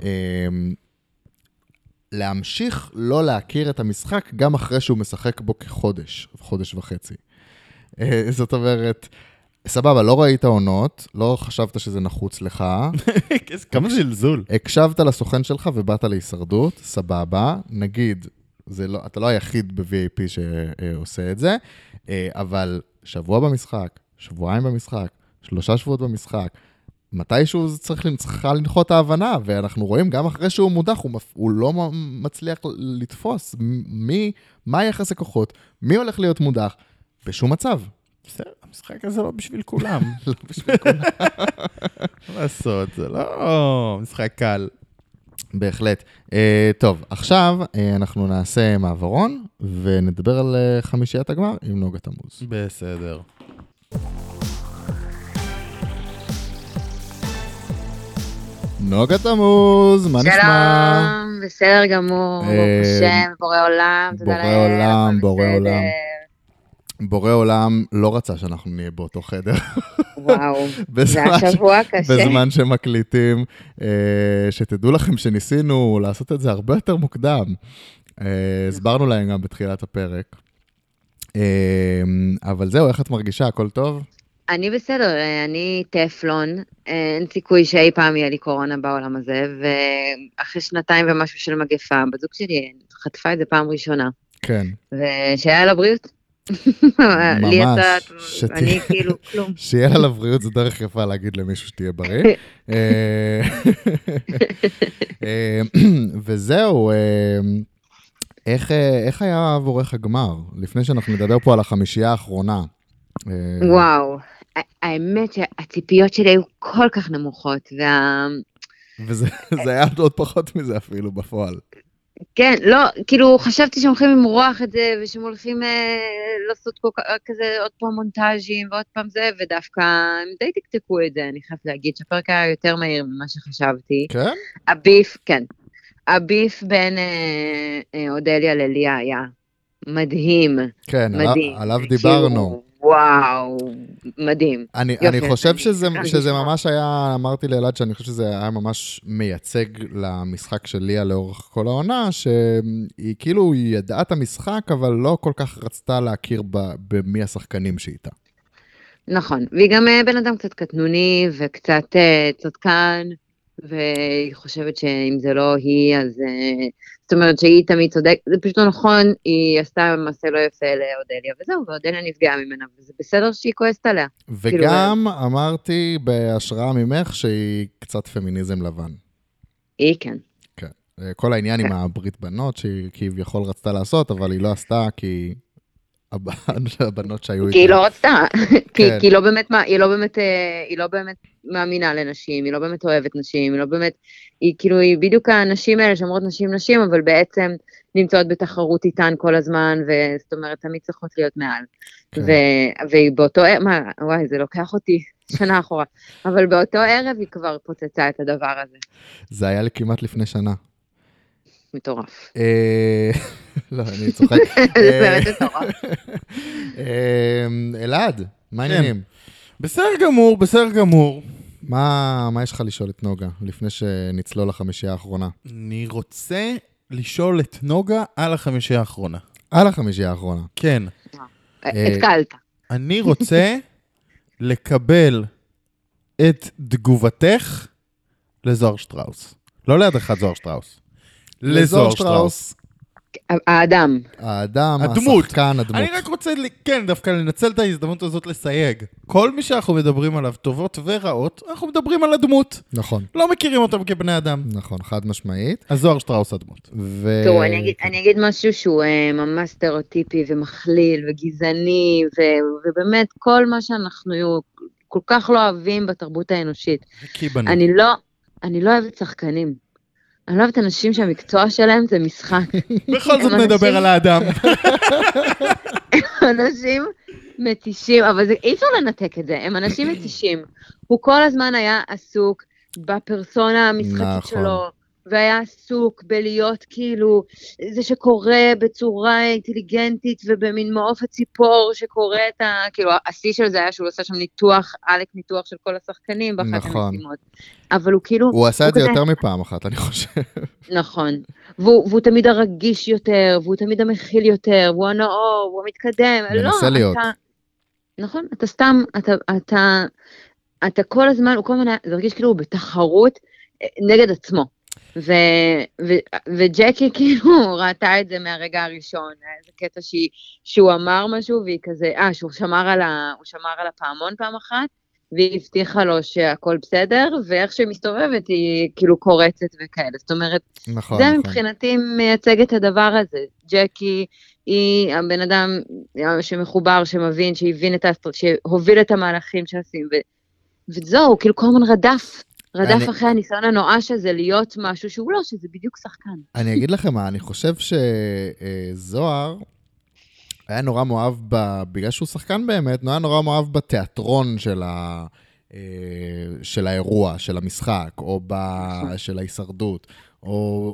להמשיך לא להכיר את המשחק, גם אחרי שהוא משחק בו חודש וחצי. זאת אומרת, סבבה, לא ראית עונות, לא חשבת שזה נחוץ לך. כמה זלזול. הקשבת לסוכן שלך ובאת להישרדות, סבבה, נגיד, אתה לא היחיד ב-VAP שעושה את זה, אבל שבוע במשחק, שבועיים במשחק, 3 שבועות במשחק, מתישהו צריכה לנחות ההבנה, ואנחנו רואים גם אחרי שהוא מודח, הוא לא מצליח לתפוס מה יחס הכוחות, מי הולך להיות מודח, בשום מצב. בסדר, המשחק הזה לא בשביל כולם. לא בשביל כולם. מה לעשות, זה לא משחק קל. בהחלט. טוב, עכשיו אנחנו נעשה מעברון, ונדבר על חמישיית הגמר עם נוגה תמוז. בסדר. נוגה תמוז, מה נשמע? שלום, בסדר גמור, ברוך השם, בורא עולם, בורא עולם. בורא עולם לא רצה שאנחנו נהיה באותו חדר. וואו, זה השבוע קשה. בזמן שמקליטים, שתדעו לכם שניסינו לעשות את זה הרבה יותר מוקדם. הסברנו להם גם בתחילת הפרק. אבל זהו, איך את מרגישה? הכל טוב? אני בסדר, אני טפלון, אין סיכוי שאי פעם יהיה לי קורונה בעולם הזה, ואחרי 2 ומשהו של מגפה, בזוג שלי חטפה את זה פעם ראשונה, כן. ושיהיה לה בריאות. לי יצא, אני כאילו כלום. שיהיה לה לבריאות, זה דרך יפה להגיד למישהו שתהיה בריא. וזהו, איך היה עבורך הגמר? לפני שאנחנו נדבר פה על החמישייה האחרונה. וואו, האמת שהציפיות שלי היו כל כך נמוכות, וזה היה עוד פחות מזה אפילו בפועל. כן, לא, כאילו חשבתי שהם הולכים למרוח את זה, ושהם הולכים לעשות כזה עוד פעם מונטאז'ים ועוד פעם זה, ודווקא הם די תקתקו את זה, אני חייבת להגיד שהפרק היה יותר מהיר ממה שחשבתי. כן? הביף, כן. הביף בין אודליה לליה היה מדהים. כן, מדהים. עליו דיברנו. כאילו, וואו, מדהים. אני חושב שזה ממש היה, אמרתי לאלעד שאני חושב שזה היה ממש מייצג למשחק של ליה לאורך כל העונה, שהיא כאילו ידעה את המשחק, אבל לא כל כך רצתה להכיר במי השחקנים שאיתה. נכון, והיא גם בן אדם קצת קטנוני וקצת צדקן, והיא חושבת שאם זה לא היא, אז זאת אומרת שהיא תמיד צודק, זה פשוט לא נכון, היא עשתה מעשה לא יפה לאודליה, וזהו, ואודליה נפגעה ממנה, וזה בסדר שהיא כועסת עליה. וגם אמרתי בהשראה ממך שהיא קצת פמיניזם לבן. היא כן. כן. כל העניין עם הברית בנות, שהיא כביכול רצתה לעשות, אבל היא לא עשתה, כי הבנות שהיו איתה. כי היא לא רצתה, כי היא לא באמת מאמינה לנשים, היא לא באמת אוהבת נשים, היא לא באמת, היא בדיוק האנשים האלה שאומרות נשים, אבל בעצם נמצאות בתחרות איתן כל הזמן, וזאת אומרת, תמיד צריכות להיות מעל. והיא באותו, וואי, זה לוקח אותי שנה אחורה, אבל באותו ערב היא כבר פוצצה את הדבר הזה. זה היה לי כמעט לפני שנה. מטורף. לא, אני צוחק. זה באמת מטורף. אלעד, מה העניינים? בסדר גמור. מה יש לך לשאול את נוגה, לפני שנצלול לחמישייה האחרונה? אני רוצה לשאול את נוגה על החמישייה האחרונה. על החמישייה האחרונה. כן. התקלת. אני רוצה לקבל את תגובתך לזוהר שטראוס. לא ליד אחד זוהר שטראוס. לזוהר שטראוס. האדם. הדמות. השחקן, הדמות. אני רק רוצה, כן, דווקא לנצל את ההזדמנות הזאת לסייג. כל מי שאנחנו מדברים עליו, טובות ורעות, אנחנו מדברים על הדמות. נכון. לא מכירים אותם כבני אדם. נכון, חד משמעית. אז זוהר שטראוס הדמות. תראו, אני אגיד משהו שהוא ממש סטריאוטיפי ומכליל וגזעני, ובאמת כל מה שאנחנו כל כך לא אוהבים בתרבות האנושית. אני לא אוהבת שחקנים. אני לא אוהבת אנשים שהמקצוע שלהם זה משחק. בכל זאת נדבר על האדם. אנשים מתישים, אבל אי אפשר לנתק את זה, הם אנשים מתישים. הוא כל הזמן היה עסוק בפרסונה המשחקית שלו, והיה עסוק בלהיות כאילו, זה שקורה בצורה אינטליגנטית, ובמין מעוף הציפור שקורה את כאילו, השיא של זה היה שהוא עושה שם ניתוח, עלק ניתוח של כל השחקנים, באחת המשימות. אבל הוא כאילו... הוא עשה את זה יותר מפעם אחת, אני חושב. נכון. והוא תמיד הרגיש יותר, והוא תמיד המכיל יותר, והוא הנאור, והוא מתקדם. מנסה להיות. נכון, אתה סתם, אתה כל הזמן, הוא כל הזמן, זה הרגיש כאילו הוא בתחרות נגד עצמו. וג'קי כאילו ראתה את זה מהרגע הראשון, איזה קטע שהוא אמר משהו, והיא כזה, שהוא שמר על הפעמון פעם אחת, והיא הבטיחה לו שהכל בסדר, ואיך שהיא מסתובבת היא כאילו קורצת וכאלה, זאת אומרת, נכון, זה מבחינתי מייצג את הדבר הזה, ג'קי היא הבן אדם שמחובר, שמבין, שהוביל את המהלכים שעושים, וזהו, כאילו כל הזמן רדף אחרי הניסיון הנואש הזה להיות משהו שהוא לא, שזה בדיוק שחקן. אני אגיד לכם מה, אני חושב שזוהר היה נורא מאוהב, בגלל שהוא שחקן באמת, היה נורא מאוהב בתיאטרון של האירוע, של המשחק, או של ההישרדות, או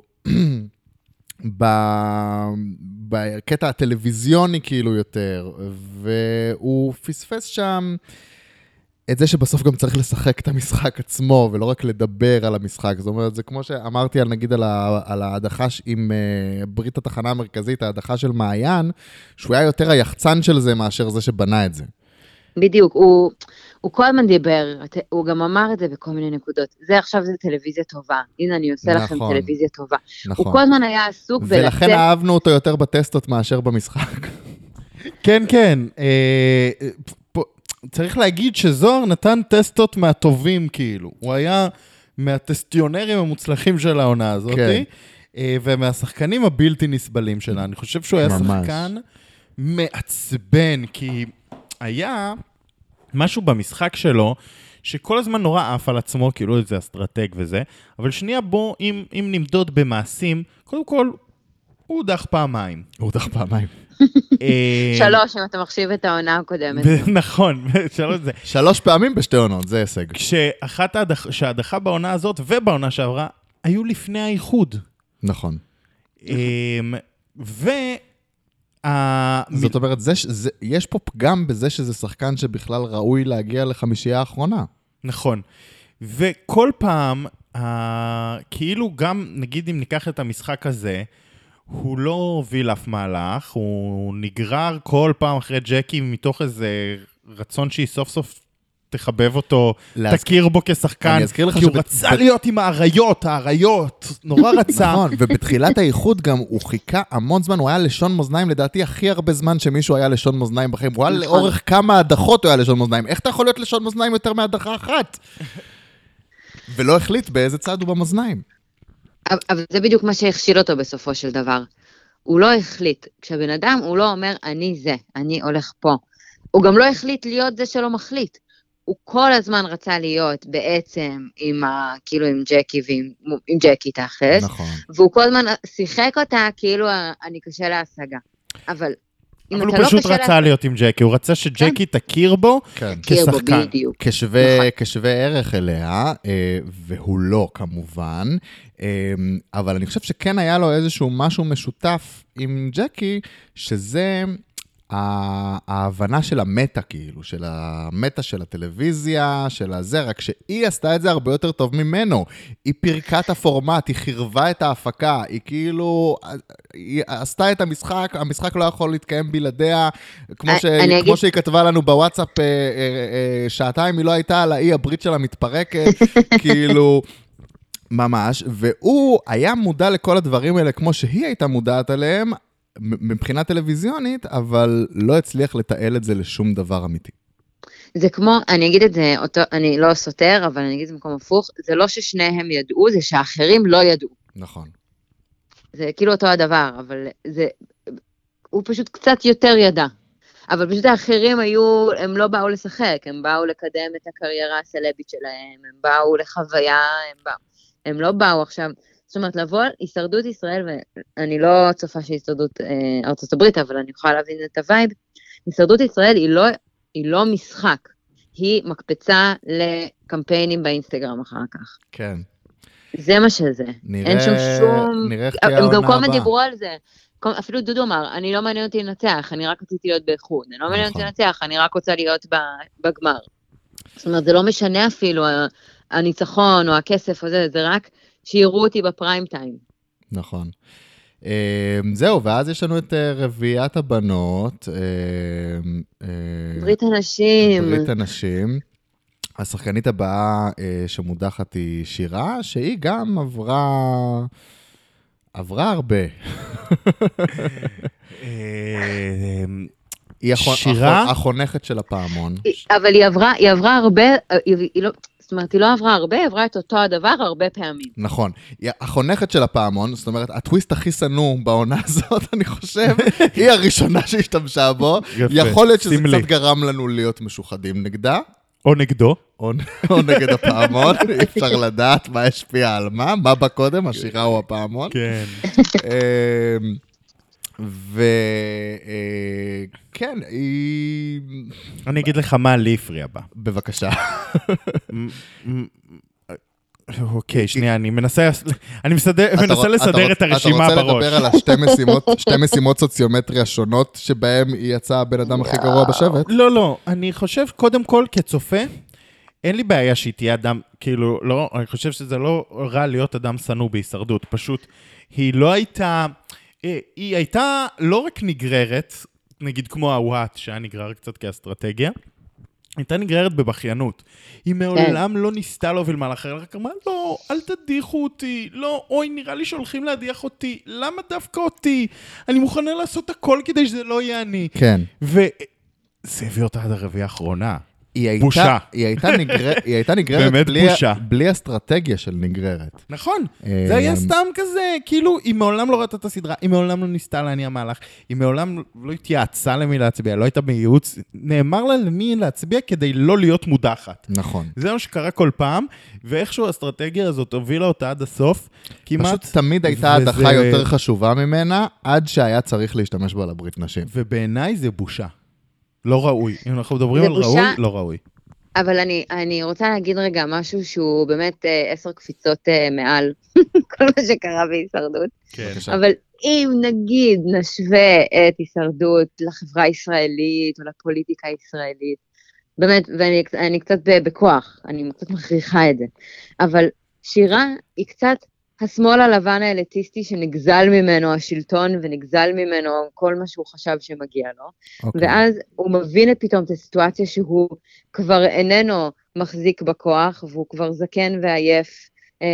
בקטע הטלוויזיוני כאילו יותר, והוא פספס שם את זה שבסוף גם צריך לשחק את המשחק עצמו, ולא רק לדבר על המשחק. זאת אומרת, זה כמו שאמרתי, נגיד, על ההדחה עם ברית התחנה המרכזית, ההדחה של מעיין, שהוא היה יותר היחצן של זה מאשר זה שבנה את זה. בדיוק, הוא כל הזמן דיבר, הוא גם אמר את זה בכל מיני נקודות. זה עכשיו זה טלוויזיה טובה. הנה, אני עושה לכם נכון. טלוויזיה טובה. נכון. הוא כל הזמן היה עסוק ולכן אהבנו אותו יותר בטסטות מאשר במשחק. כן, כן. צריך להגיד שזוהר נתן טסטות מהטובים, כאילו. הוא היה מהטסטיונרים המוצלחים של העונה הזאת, כן. ומהשחקנים הבלתי נסבלים שלה. אני חושב שהוא היה ממש. שחקן מעצבן, כי היה משהו במשחק שלו, שכל הזמן נורא עף על עצמו, כאילו זה אסטרטג וזה, אבל שנייה בו, אם נמדוד במעשים, קודם כל, הוא הודח פעמיים. הוא הודח פעמיים. 3, אם אתה מחשיב את העונה הקודמת. נכון, 3 זה. 3 פעמים בשתי עונות, זה הישג. שההדחה בעונה הזאת ובעונה שעברה, היו לפני האיחוד. נכון. זאת אומרת, יש פה פגם בזה שזה שחקן שבכלל ראוי להגיע לחמישייה האחרונה. נכון. וכל פעם, כאילו גם, נגיד אם ניקח את המשחק הזה, הוא לא הוביל אף מהלך, הוא נגרר כל פעם אחרי ג'קי מתוך איזה רצון שהיא סוף סוף תחבב אותו, תכיר בו כשחקן, כי הוא רצה להיות עם האריות, נורא רצה. נכון, ובתחילת האיחוד גם הוא חיכה המון זמן, הוא היה לשון מאזניים, לדעתי הכי הרבה זמן שמישהו היה לשון מאזניים בחיים, הוא היה לאורך כמה הדחות הוא היה לשון מאזניים, איך אתה יכול להיות לשון מאזניים יותר מהדחה אחת? ולא החליט באיזה צד הוא במאזניים. אבל זה בדיוק מה שהכשיל אותו בסופו של דבר. הוא לא החליט. כשהבן אדם הוא לא אומר, אני זה, אני הולך פה. הוא גם לא החליט להיות זה שלא מחליט. הוא כל הזמן רצה להיות בעצם כאילו עם ג'קי ועם ג'קי תכלס. נכון. והוא כל הזמן שיחק אותה כאילו אני קשה להשגה. אבל הוא פשוט רצה להיות עם ג'קי, הוא רצה שג'קי תכיר בו כשחקן. כשווה ערך אליה, והוא לא כמובן, אבל אני חושב שכן היה לו איזשהו משהו משותף עם ג'קי, שזה ההבנה של המטה כאילו, של המטה של הטלוויזיה, של הזה, רק שהיא עשתה את זה הרבה יותר טוב ממנו. היא פירקה את הפורמט, היא חירבה את ההפקה, היא כאילו, היא עשתה את המשחק לא יכול להתקיים בלעדיה, כמו שהיא כתבה לנו בוואטסאפ, שעתיים היא לא הייתה על האי, הברית שלה מתפרקת, כאילו, ממש, והוא היה מודע לכל הדברים האלה, כמו שהיא הייתה מודעת עליהם, מבחינה טלוויזיונית, אבל לא הצליח לתעל את זה לשום דבר אמיתי. זה כמו, אני אגיד את זה, אני לא סותר, אבל אני אגיד את זה במקום הפוך, זה לא ששניהם ידעו, זה שאחרים לא ידעו. נכון. זה כאילו אותו הדבר, אבל הוא פשוט קצת יותר ידע. אבל פשוט האחרים הם לא באו לשחק, הם באו לקדם את הקריירה הסלבית שלהם, הם באו לחוויה, הם לא באו עכשיו, זאת אומרת, לבוא הישרדות ישראל, ואני לא צופה שהישרדות ארצות הברית, אבל אני יכולה להבין את הווייב, הישרדות ישראל היא לא משחק, היא מקפצה לקמפיינים באינסטגרם אחר כך. כן. זה מה שזה. אין שם שום... נראה איך תהיה העונה הבאה. הם גם כל הזמן דיברו על זה. אפילו דודו אמר, אני לא מעניין אותי לנצח, אני רק רציתי להיות באיחוד. אני לא מעניין אותי לנצח, אני רק רוצה להיות בגמר. זאת אומרת, זה לא משנה אפילו הניצחון או הכסף או זה רק שיראו אותי בפריים טיים. נכון. זהו, ואז יש לנו את רביעיית הבנות. ברית הנשים. ברית הנשים. השחקנית הבאה שמודחת היא שירה, שהיא גם עברה הרבה. היא החונכת של הפעמון. אבל היא עברה הרבה, זאת אומרת, היא לא עברה הרבה, היא עברה את אותו הדבר הרבה פעמים. נכון. החונכת של הפעמון, זאת אומרת, הטוויסט הכי שנוא בעונה הזאת, אני חושב, היא הראשונה שהשתמשה בו. יכול להיות שזה קצת גרם לנו להיות משוחדים נגדה. או נגדו. או נגד הפעמון, אי אפשר לדעת מה השפיע על מה בא קודם, השירה או הפעמון. כן. וכן, היא... אני אגיד לך מה לי הפריע בה. בבקשה. אוקיי, שנייה, אני מנסה לסדר את הרשימה בראש. אתה רוצה לדבר על שתי משימות סוציומטריה שונות, שבהם היא יצאה הבן אדם הכי גרוע בשבט? לא, אני חושב קודם כל כצופה, אין לי בעיה שהיא תהיה אדם, כאילו, לא, אני חושב שזה לא רע להיות אדם שנוא בהישרדות, פשוט היא לא הייתה, היא הייתה לא רק נגררת, נגיד כמו הוואט, שהיה נגרר קצת כאסטרטגיה, הייתה נגררת בבכיינות. היא מעולם לא ניסתה להוביל מהלך אחר, רק אמרה, לא, אל תדיחו אותי, לא, אוי, נראה לי שהולכים להדיח אותי, למה דווקא אותי? אני מוכנה לעשות הכל כדי שזה לא יהיה אני. כן. וזה הביא אותה עד הרביעי האחרונה. בושה. היא הייתה נגררת באמת בושה. בלי אסטרטגיה של נגררת. נכון, זה היה סתם כזה, כאילו, היא מעולם לא ראתה את הסדרה, היא מעולם לא ניסתה להניע מהלך, היא מעולם לא התייעצה למי להצביע, לא הייתה בייעוץ, נאמר לה למי להצביע כדי לא להיות מודחת. נכון. זה מה שקרה כל פעם, ואיכשהו האסטרטגיה הזאת הובילה אותה עד הסוף, כמעט... פשוט תמיד הייתה הדחה יותר חשובה ממנה, עד שהיה צריך להשתמש בה לברית נשים. ובעיניי זה בושה. לא ראוי. אם אנחנו מדברים על ראוי, לא ראוי. אבל אני רוצה להגיד רגע משהו שהוא באמת 10 קפיצות מעל כל מה שקרה בהישרדות. כן. אבל אם נגיד נשווה את הישרדות לחברה הישראלית או לפוליטיקה הישראלית, באמת, ואני קצת בכוח, אני קצת מכריחה את זה, אבל שירה היא קצת השמאל הלבן האליטיסטי שנגזל ממנו השלטון ונגזל ממנו כל מה שהוא חשב שמגיע לו. ואז הוא מבין פתאום את הסיטואציה שהוא כבר איננו מחזיק בכוח, והוא כבר זקן ועייף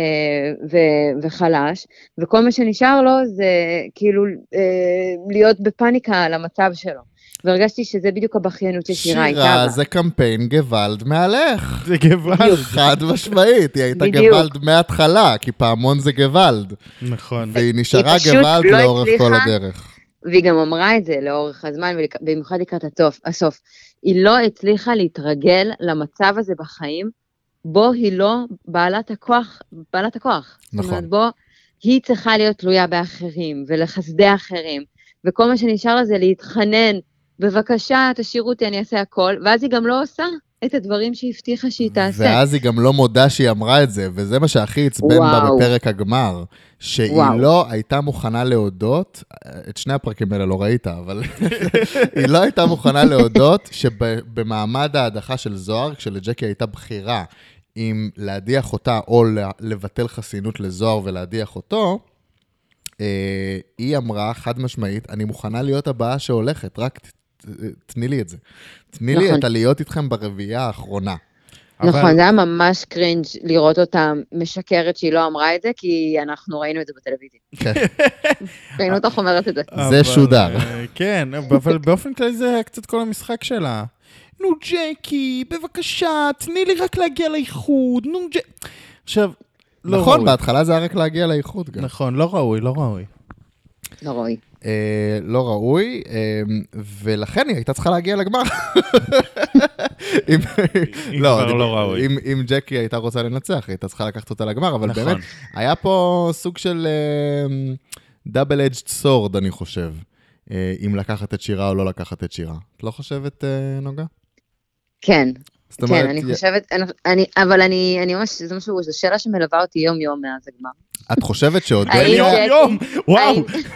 וחלש, וכל מה שנשאר לו זה כאילו להיות בפאניקה על המצב שלו. והרגשתי שזה בדיוק הבכיינות ששירה הייתה בה. שירה זה קמפיין גוואלד מהלך. זה גוואלד. חד משמעית, היא הייתה גוואלד מההתחלה, כי פעמון זה גוואלד. נכון. והיא נשארה גוואלד לאורך כל הדרך. והיא גם אמרה את זה לאורך הזמן, במיוחד לקראת הסוף. היא לא הצליחה להתרגל למצב הזה בחיים, בו היא לא בעלת הכוח. נכון. זאת אומרת, בו היא צריכה להיות תלויה באחרים, ולחסדי אחרים, וכל מה שנשאר לה זה להתחנן, בבקשה, תשאירו אותי, אני אעשה הכל, ואז היא גם לא עושה את הדברים שהבטיחה שהיא תעשה. ואז היא גם לא מודה שהיא אמרה את זה, וזה מה שהכי עצבן בה בפרק הגמר, שהיא לא הייתה מוכנה להודות, את שני הפרקים האלה לא ראית, אבל היא לא הייתה מוכנה להודות שבמעמד ההדחה של זוהר, כשלג'קי הייתה בחירה, אם להדיח אותה או לבטל חסינות לזוהר ולהדיח אותו, היא אמרה חד משמעית, אני מוכנה להיות הבאה שהולכת, רק תני לי את זה. תני לי את הלהיות איתכם ברביעייה האחרונה. נכון, זה היה ממש קרינג' לראות אותה משקרת שהיא לא אמרה את זה, כי אנחנו ראינו את זה בטלוויזיה. ראינו אותך אומרת את זה. זה שודר. כן, אבל באופן כללי זה היה קצת כל המשחק שלה. נו ג'קי, בבקשה, תני לי רק להגיע לאיחוד, נו ג'קי. עכשיו, נכון, בהתחלה זה היה רק להגיע לאיחוד גם. נכון, לא ראוי. לא ראוי, ולכן היא הייתה צריכה להגיע לגמר. לא ראוי. אם ג'קי הייתה רוצה לנצח, היא הייתה צריכה לקחת אותה לגמר, אבל באמת, היה פה סוג של double-edged sword, אני חושב, אם לקחת את שירה או לא לקחת את שירה. את לא חושבת, נוגה? כן, אני חושבת, אבל אני ממש, זו שאלה שמלווה אותי יום-יום מאז הגמר. את חושבת שאודליה... יום, וואו.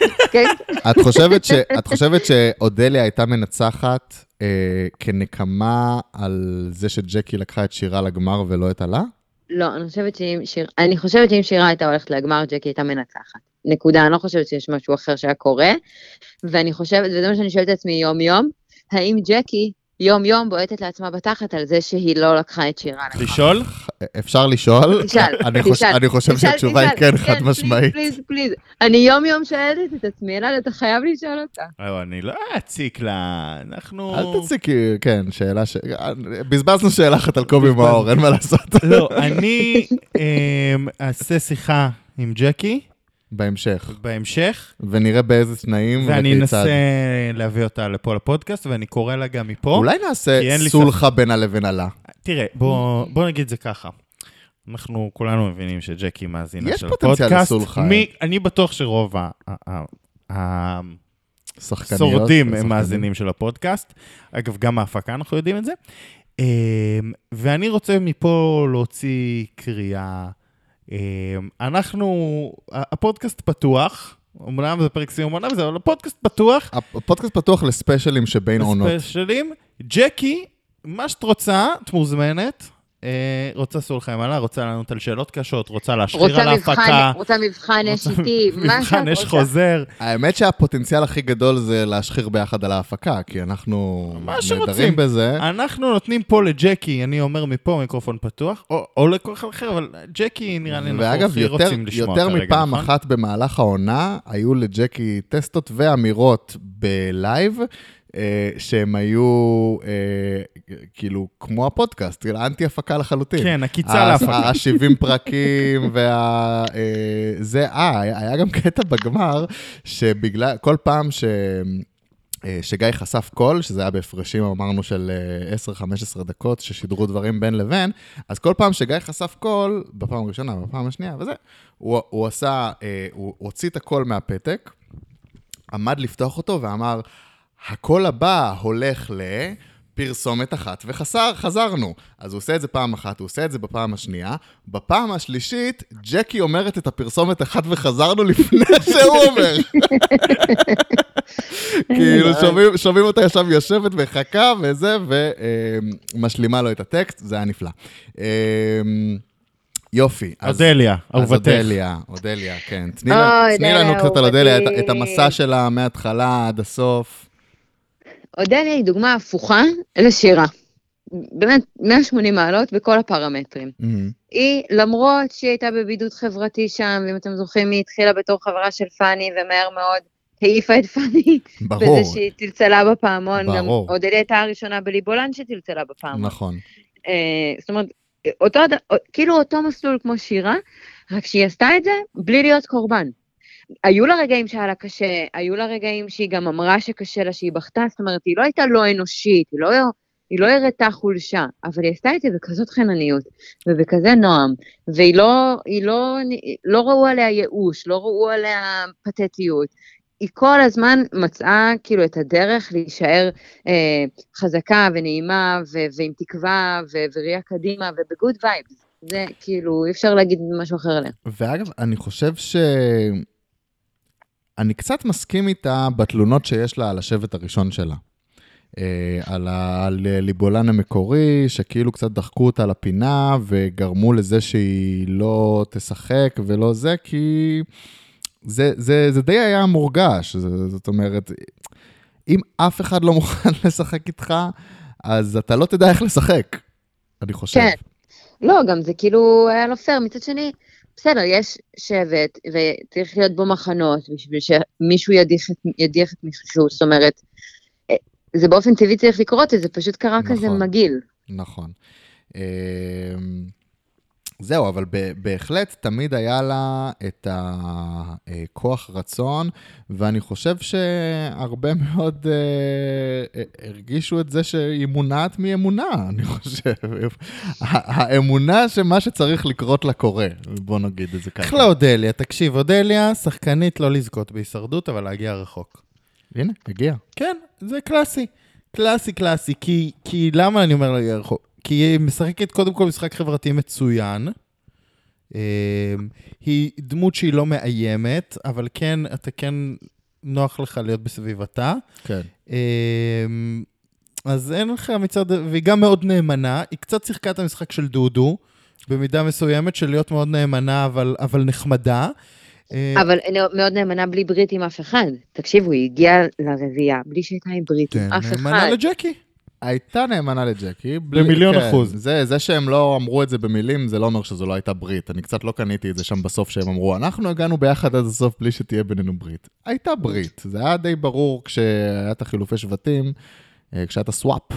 את חושבת שאודליה הייתה מנצחת כנקמה על זה שג'קי לקחה את שירה לגמר ולא את עלה? לא, אני חושבת שאם שירה הייתה הולכת לגמר, ג'קי הייתה מנצחת. נקודה, אני לא חושבת שיש משהו אחר שהיה קורה, ואני חושבת, וזה מה שאני שואלת את עצמי יום-יום, האם ג'קי יום-יום בועטת לעצמה בתחת על זה שהיא לא לקחה את שירה. לשאול? אפשר לשאול? תשאל. אני חושב שהתשובה היא כן חד משמעית. פליז. אני יום-יום שואלת את עצמי, אלא אתה חייב לשאול אותה. אני לא אציק לה, אנחנו... אל תציק, כן, שאלה בזבזנו שאלה אחת על קובי מאור, אין מה לעשות. לא, אני אעשה שיחה עם ג'קי. בהמשך. ונראה באיזה תנאים וכיצד. ואני אנסה להביא אותה לפה לפודקאסט, ואני קורא לה גם מפה. אולי נעשה סולחה בינה לבין עלה. תראה, בוא נגיד זה ככה. אנחנו כולנו מבינים שג'קי מאזינה של הפודקאסט. יש פוטנציאל לסולחה. אני בטוח שרוב השורדים הם מאזינים של הפודקאסט. אגב, גם ההפקה אנחנו יודעים את זה. ואני רוצה מפה להוציא קריאה. הפודקאסט פתוח, אמנם זה פרק סיום עונה, אבל הפודקאסט פתוח. הפודקאסט פתוח לספיישלים שבין עונות. לספיישלים. ג'קי, מה שאת רוצה, את מוזמנת, רוצה סולחה מעלה, רוצה לענות על שאלות קשות, רוצה להשחיר על ההפקה. רוצה מבחן יש איתי, מה מבחן יש חוזר. האמת שהפוטנציאל הכי גדול זה להשחיר ביחד על ההפקה, כי אנחנו נהדרים בזה. אנחנו נותנים פה לג'קי, אני אומר מפה מיקרופון פתוח, או לכל אחד אחר, אבל ג'קי נראה לי אנחנו הכי רוצים לשמוע כרגע, יותר מפעם אחת במהלך העונה, היו לג'קי טסטות ואמירות בלייב, שהם היו כאילו כמו הפודקאסט, כאילו אנטי הפקה לחלוטין. כן, הקיצה להפקה. ה-70 פרקים זה, היה גם קטע בגמר, שבגלל, כל פעם שגיא חשף קול, שזה היה בהפרשים, אמרנו של 10-15 דקות, ששידרו דברים בין לבין, אז כל פעם שגיא חשף קול, בפעם הראשונה, בפעם השנייה, וזה, הוא עשה, הוא הוציא את הקול מהפתק, עמד לפתוח אותו ואמר, הקול הבא הולך לפרסומת אחת וחזרנו. אז הוא עושה את זה פעם אחת, הוא עושה את זה בפעם השנייה. בפעם השלישית, ג'קי אומרת את הפרסומת אחת וחזרנו לפני שהוא אומר. כאילו שומעים אותה ישב יושבת וחכה וזה, ומשלימה לו את הטקסט, זה היה נפלא. יופי. אודליה, אהובתך. אודליה, כן. תני לנו קצת על אודליה, את המסע שלה מההתחלה עד הסוף. אודליה היא דוגמה הפוכה לשירה. באמת, 180 מעלות בכל הפרמטרים. היא, למרות שהיא הייתה בבידוד חברתי שם, ואם אתם זוכרים, היא התחילה בתור חברה של פני, ומהר מאוד העיפה את פני. ברור. בזה שהיא תלצלה בפעמון. ברור. גם אודליה הייתה הראשונה בליבולן שתלצלה בפעמון. נכון. זאת אומרת, כאילו אותו מסלול כמו שירה, רק שהיא עשתה את זה בלי להיות קורבן. היו לה רגעים שהיה לה קשה, היו לה רגעים שהיא גם אמרה שקשה לה, שהיא בכתה, זאת אומרת, היא לא הייתה לא אנושית, היא לא הראתה חולשה, אבל היא עשתה את זה בכזאת חנניות, ובכזה נועם, והיא לא ראו עליה ייאוש, לא ראו עליה פתטיות, היא כל הזמן מצאה כאילו את הדרך להישאר חזקה ונעימה, ועם תקווה, וראייה קדימה, ובגוד וייבס, זה כאילו, אי אפשר להגיד משהו אחר עליה. ואגב, אני חושב אני קצת מסכים איתה בתלונות שיש לה על השבט הראשון שלה. על ליבולן המקורי, שכאילו קצת דחקו אותה לפינה, וגרמו לזה שהיא לא תשחק ולא זה, כי זה די היה מורגש. זאת אומרת, אם אף אחד לא מוכן לשחק איתך, אז אתה לא תדע איך לשחק, אני חושב. כן. לא, גם זה כאילו היה לא פייר. מצד שני, בסדר, יש שבט, וצריך להיות בו מחנות, בשביל שמישהו ידיח את מישהו, זאת אומרת, זה באופן טבעי צריך לקרות, זה פשוט קרה נכון, כזה מגיל. נכון. זהו, אבל בהחלט תמיד היה לה את הכוח רצון, ואני חושב שהרבה מאוד הרגישו את זה שהיא מונעת מאמונה, אני חושב. האמונה שמה שצריך לקרות לה קורה, בוא נגיד את זה ככה. אחלה אודליה, תקשיב, אודליה שחקנית לא לזכות בהישרדות, אבל להגיע רחוק. הנה, הגיע. כן, זה קלאסי. קלאסי, כי למה אני אומר להגיע רחוק? כי היא משחקת קודם כל משחק חברתי מצוין, היא דמות שהיא לא מאיימת, אבל כן, אתה כן נוח לך להיות בסביבתה. כן. אז אין לך מצד, והיא גם מאוד נאמנה, היא קצת שיחקה את המשחק של דודו, במידה מסוימת של להיות מאוד נאמנה, אבל נחמדה. אבל מאוד נאמנה בלי ברית עם אף אחד. תקשיבו, היא הגיעה לרבייה, בלי שהייתה עם ברית עם אף אחד. נאמנה לג'קי. הייתה נאמנה לג'קי. ב1,000,000%. זה שהם לא אמרו את זה במילים, זה לא אומר שזו לא הייתה ברית. אני קצת לא קניתי את זה שם בסוף שהם אמרו, אנחנו הגענו ביחד עד הסוף בלי שתהיה בינינו ברית. הייתה ברית. זה היה די ברור כשהיה את החילופי שבטים, כשהיה את הסוואפ,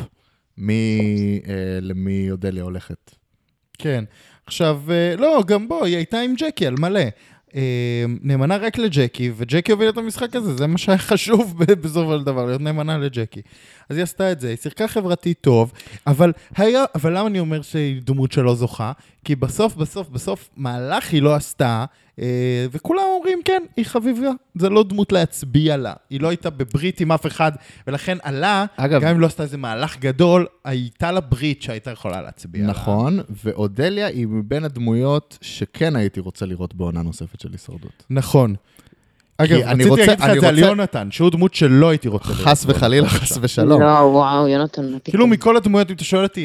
למי אודליה הולכת. כן. עכשיו, לא, גם בוא, היא הייתה עם ג'קי על מלא. נאמנה רק לג'קי, וג'קי הוביל את המשחק הזה, זה מה שהיה חשוב בסופו של דבר, להיות נאמנה לג'קי. אז היא עשתה את זה, היא שיחקה חברתי טוב, אבל למה אני אומר שהיא דמות שלא זוכה? כי בסוף מהלך היא לא עשתה, וכולם אומרים, כן, היא חביבה, זה לא דמות להצביע לה, היא לא הייתה בברית עם אף אחד, ולכן עלה, אגב, גם אם לא עשתה איזה מהלך גדול, הייתה לה ברית שהייתה יכולה להצביע לה. נכון, ואודליה היא מבין הדמויות שכן הייתי רוצה לראות בעונה נוספת של הישרדות. נכון. אגב, רציתי להגיד לך את זה על יונתן, שהוא דמות שלא הייתי רוצה לראות. חס וחלילה, חס ושלום. לא, וואו, יונתן. כאילו מכל הדמויות, אם אתה שואל אותי,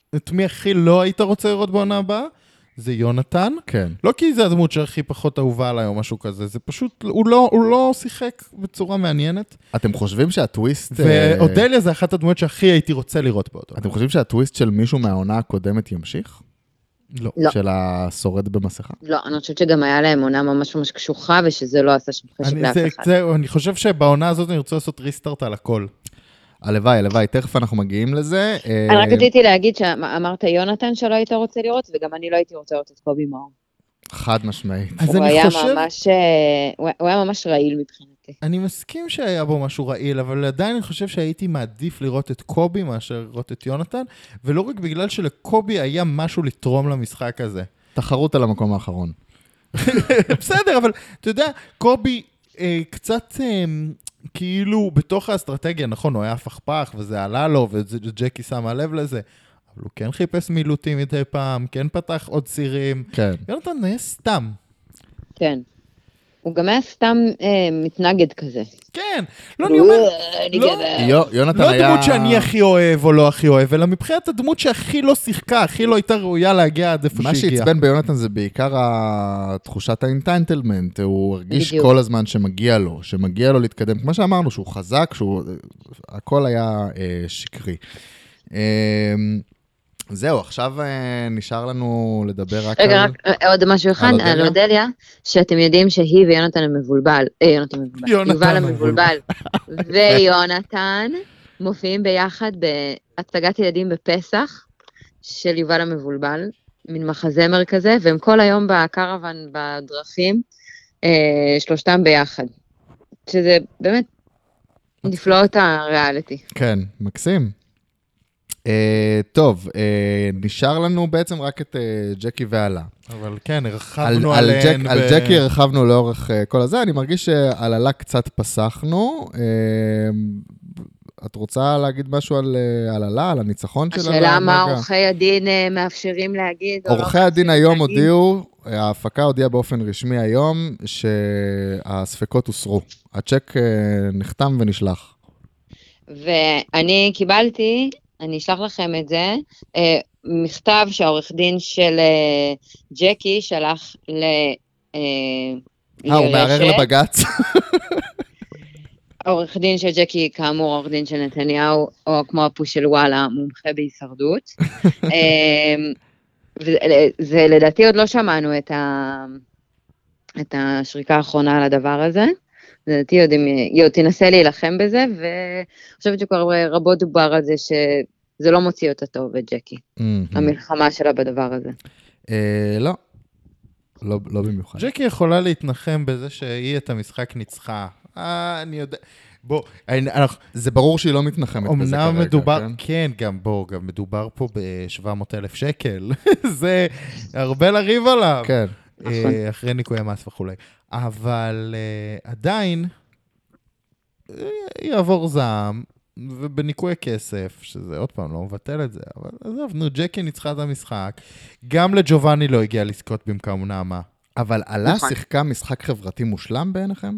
את מי הכי לא היית רוצה לראות בעונה הבאה? זה יונתן. כן. לא כי זה הדמות שהכי פחות אהובה עליי או משהו כזה, זה פשוט, הוא לא שיחק בצורה מעניינת. אתם חושבים שהטוויסט... ואודליה זה אחת הדמות שהכי הייתי רוצה לראות באותו. אתם חושבים שהטוויסט של מישהו מהעונה הקודמת ימשיך? לא. לא. של השורד במסכה? לא, אני חושבת שגם היה להם עונה ממש ממש קשוחה, ושזה לא עשה שם חשק לאף אחד. אני חושב שבעונה הזאת אני רוצה לעשות ריסטארט על הכל. הלוואי, תכף אנחנו מגיעים לזה. אני רק רציתי להגיד שאמרת יונתן שלא היית רוצה לראות, וגם אני לא הייתי רוצה לראות את קובי מאור. חד משמעית. אז הוא אני היה חושב... הוא היה ממש רעיל מבחינתי. אני מסכים שהיה בו משהו רעיל, אבל עדיין אני חושב שהייתי מעדיף לראות את קובי מאשר לראות את יונתן, ולא רק בגלל שלקובי היה משהו לתרום למשחק הזה. תחרות על המקום האחרון. בסדר, אבל אתה יודע, קובי קצת כאילו בתוך האסטרטגיה, נכון, הוא היה פכפך וזה עלה לו, וג'קי שמה לב לזה, אבל הוא כן חיפש מילוטים מדי פעם, כן פתח עוד צירים. כן. יונתן היה סתם. כן. הוא גם היה סתם מתנגד כזה. כן, לא, אני אומר, יונתן לא היה... הדמות שאני הכי אוהב או לא הכי אוהב, אלא מבחינת הדמות שהכי לא שיחקה, הכי לא הייתה ראויה להגיע עד איפה מה שהגיע. שהצבן ביונתן זה בעיקר תחושת האינטיינטלמנט, הוא הרגיש בדיוק. כל הזמן שמגיע לו להתקדם, כמו שאמרנו, שהוא חזק, הכל היה שקרי. זהו, עכשיו נשאר לנו לדבר רק רגע, על... רק עוד משהו אחד, על אודליה, שאתם יודעים שהיא ויונתן המבולבל, יובל המבולבל, ויונתן מופיעים ביחד בהצגת ילדים בפסח של יובל המבולבל, מין מחזמר כזה, והם כל היום בקרוון בדרכים, שלושתם ביחד. שזה באמת נפלאות הריאליטי. כן, מקסים. טוב, נשאר לנו בעצם רק את ג'קי ועלה. אבל כן, הרחבנו עליהן. על ג'קי הרחבנו לאורך כל הזה, אני מרגיש שעל עלה קצת פסחנו. את רוצה להגיד משהו על עלה, על הניצחון של עלה? השאלה מה עורכי הדין מאפשרים להגיד? עורכי הדין היום הודיעו, ההפקה הודיעה באופן רשמי היום, שהספקות הוסרו. הצ'ק נחתם ונשלח. ואני קיבלתי... אני אשלח לכם את זה, מכתב שהעורך דין של ג'קי שלח הוא מערער לבגץ. העורך דין של ג'קי, כאמור, העורך דין של נתניהו, או כמו הפוש של וואלה, מומחה בהישרדות. זה לדעתי עוד לא שמענו את השריקה האחרונה על הדבר הזה. לדעתי עוד תנסה להילחם בזה, ואני חושבת שכבר רבות דובר על זה שזה לא מוציא אותה טוב את ג'קי, המלחמה שלה בדבר הזה. לא במיוחד. ג'קי יכולה להתנחם בזה שהיא את המשחק ניצחה. אני יודע... בוא, זה ברור שהיא לא מתנחמת בזה כרגע. אמנם מדובר, כן, גם מדובר פה ב-700,000 שקל. זה הרבה לריב עליו. כן. אחרי ניקוי המס וכולי. אבל עדיין יעבור זעם, ובניקוי הכסף, שזה עוד פעם לא מבטל את זה, אבל עזוב, ג'קי ניצחה את המשחק, גם לג'ובאני לא הגיע לזכות במקום נעמה. אבל עלה שיחקה משחק חברתי מושלם בעיניכם?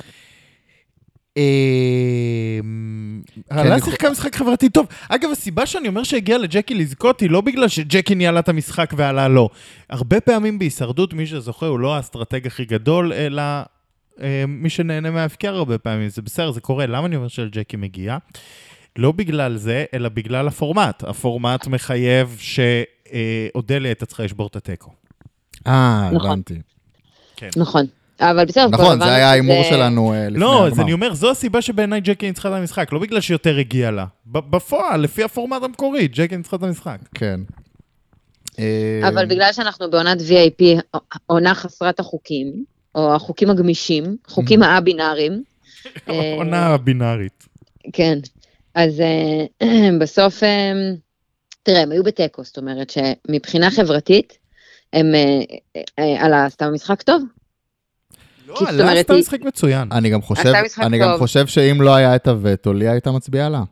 עלה שיחקה משחק חברתי טוב. אגב, הסיבה שאני אומר שהגיע לג'קי לזכות היא לא בגלל שג'קי ניהלה את המשחק ועלה לא. הרבה פעמים בהישרדות, מי שזוכה הוא לא האסטרטג הכי גדול, אלא מי שנהנה מההפקר הרבה פעמים. זה בסדר, זה קורה. למה אני אומר שלג'קי מגיע? לא בגלל זה, אלא בגלל הפורמט. הפורמט מחייב שאודליה הייתה צריכה לשבור את הטקו. הבנתי. נכון. אבל בסדר, נכון, זה היה האימור שלנו לפני הגמר. לא, אז אני אומר, זו הסיבה שבעיניי ג'קי ניצחה את המשחק, לא בגלל שיותר הגיע לה. בפועל, לפי הפורמט המקורי, ג'קי ניצחה את המשחק. כן. אבל בגלל שאנחנו בעונת VIP, עונה חסרת החוקים, או החוקים הגמישים, חוקים הבינאריים. עונה בינארית. כן. אז בסוף, תראה, הם היו בטקו, זאת אומרת שמבחינה חברתית, הם עשתה משחק טוב. לא, עלה עשתה משחק מצוין. אני גם חושב שאם לא היה את הווטו, לי הייתה מצביעה לה.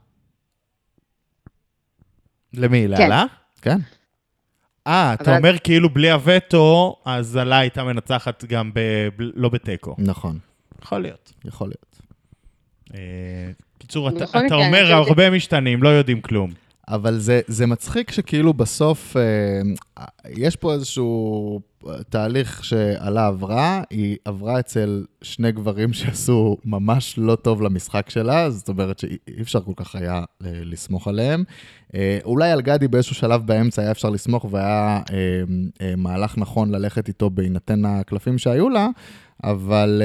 למי? לעלה? כן. אתה אומר כאילו בלי הווטו, אז עלה הייתה מנצחת גם לא בטקו. נכון. יכול להיות. יכול להיות. קיצור, אתה אומר הרבה משתנים, לא יודעים כלום. אבל זה מצחיק שכאילו בסוף, יש פה איזשהו תהליך שעלה עברה, היא עברה אצל שני גברים שעשו ממש לא טוב למשחק שלה, זאת אומרת שאי אפשר כל כך היה לסמוך עליהם. אולי על גדי באיזשהו שלב באמצע היה אפשר לסמוך, והיה מהלך נכון ללכת איתו בהינתן הקלפים שהיו לה, אבל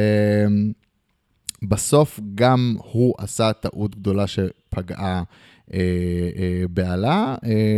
בסוף גם הוא עשה טעות גדולה שפגעה בעלה,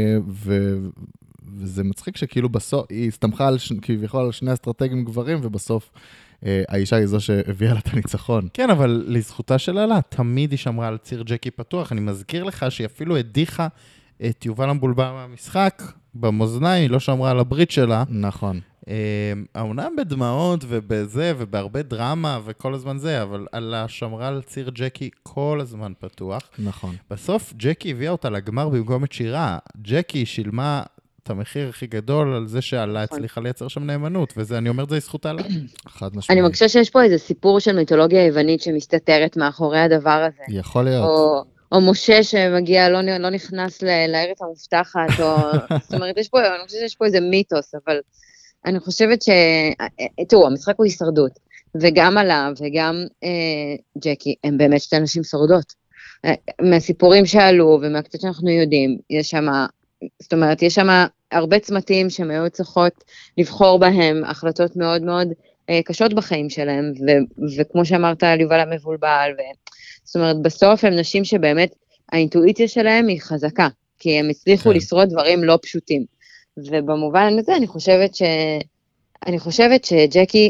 וזה מצחיק שכאילו בסוף, היא הסתמכה כביכול על שני אסטרטגים גברים, ובסוף האישה היא זו שהביאה לה את הניצחון. כן, אבל לזכותה של אלה, תמיד היא שמרה על ציר ג'קי פתוח. אני מזכיר לך שהיא אפילו הדיחה את יובל המבולבל מהמשחק, במאזניים, היא לא שמרה על הברית שלה. נכון. העונה בדמעות ובזה, ובהרבה דרמה וכל הזמן זה, אבל על השמרה על ציר ג'קי כל הזמן פתוח. נכון. בסוף ג'קי הביאה אותה לגמר במקום את שירה. ג'קי שילמה את המחיר הכי גדול על זה שעלה הצליחה לייצר שם נאמנות, וזה, אני אומר את זה לזכות עלה. חד משמעית. אני מרגישה שיש פה איזה סיפור של מיתולוגיה יוונית שמסתתרת מאחורי הדבר הזה. יכול להיות. או משה שמגיע, לא נכנס לארץ המובטחת, או... זאת אומרת, אני חושבת שיש פה איזה מיתוס, אבל אני חושבת תראו, המשחק הוא הישרדות, וגם עלה וגם ג'קי, הם באמת שתי אנשים שורדות. מהסיפורים שעלו, ומהקצת שאנחנו יודעים, יש שם, זאת אומרת, יש שם הרבה צמתים שהם היו צריכות לבחור בהם, החלטות מאוד מאוד קשות בחיים שלהם, וכמו שאמרת, על יובל המבולבל, זאת אומרת, בסוף הם נשים שבאמת האינטואיציה שלהם היא חזקה, כי הם הצליחו לשרוד דברים לא פשוטים. ובמובן הזה אני חושבת שג'קי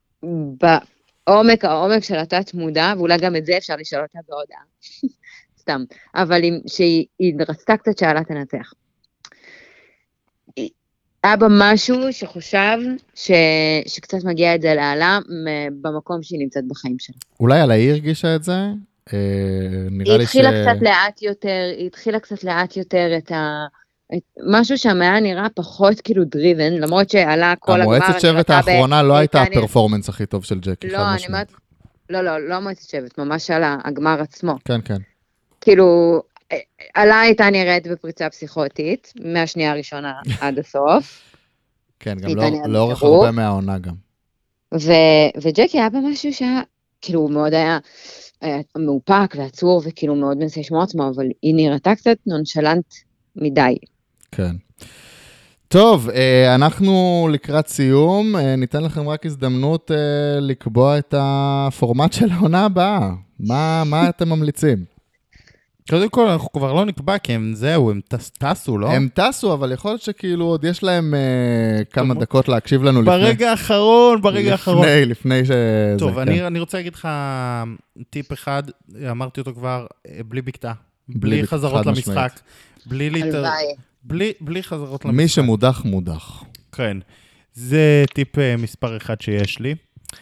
העומק של התת מודע, ואולי גם את זה אפשר לשאול אותה בהודעה, סתם, אבל שהיא רצתה קצת שאלה תנצח. היה בה משהו שחושב שקצת מגיע את זה לעלה במקום שהיא נמצאת בחיים שלה. אולי על העיר הרגישה את זה? היא התחילה קצת לאט יותר את משהו שם היה נראה פחות כאילו דריבן, למרות שעלה כל הגמר. המועצת שבט האחרונה לא הייתה הפרפורמנס הכי טוב של ג'קי, חד משמעית. לא מועצת שבט, ממש על הגמר עצמו. כן, כן. כאילו, עלה הייתה נראית בפריצה פסיכוטית, מהשנייה הראשונה עד הסוף. כן, גם לאורך הרבה מהעונה גם. וג'קי היה במשהו שהיה, כאילו הוא מאוד היה מאופק ועצור, וכאילו מאוד מנסה לשמור עצמו, אבל היא נראתה קצת נונשלנט מדי. כן. טוב, אנחנו לקראת סיום, ניתן לכם רק הזדמנות לקבוע את הפורמט של העונה הבאה. מה אתם ממליצים? קודם כל, אנחנו כבר לא נקבע, כי הם טסו, לא? הם טסו, אבל יכול להיות שכאילו עוד יש להם כמה דקות להקשיב לנו ברגע האחרון. לפני שזה... טוב, אני רוצה להגיד לך טיפ אחד, אמרתי אותו כבר, בלי בקתה. בלי חזרות למשחק. בלי חזרות למשחק. מי שמודח, מודח. כן. זה טיפ מספר 1 שיש לי.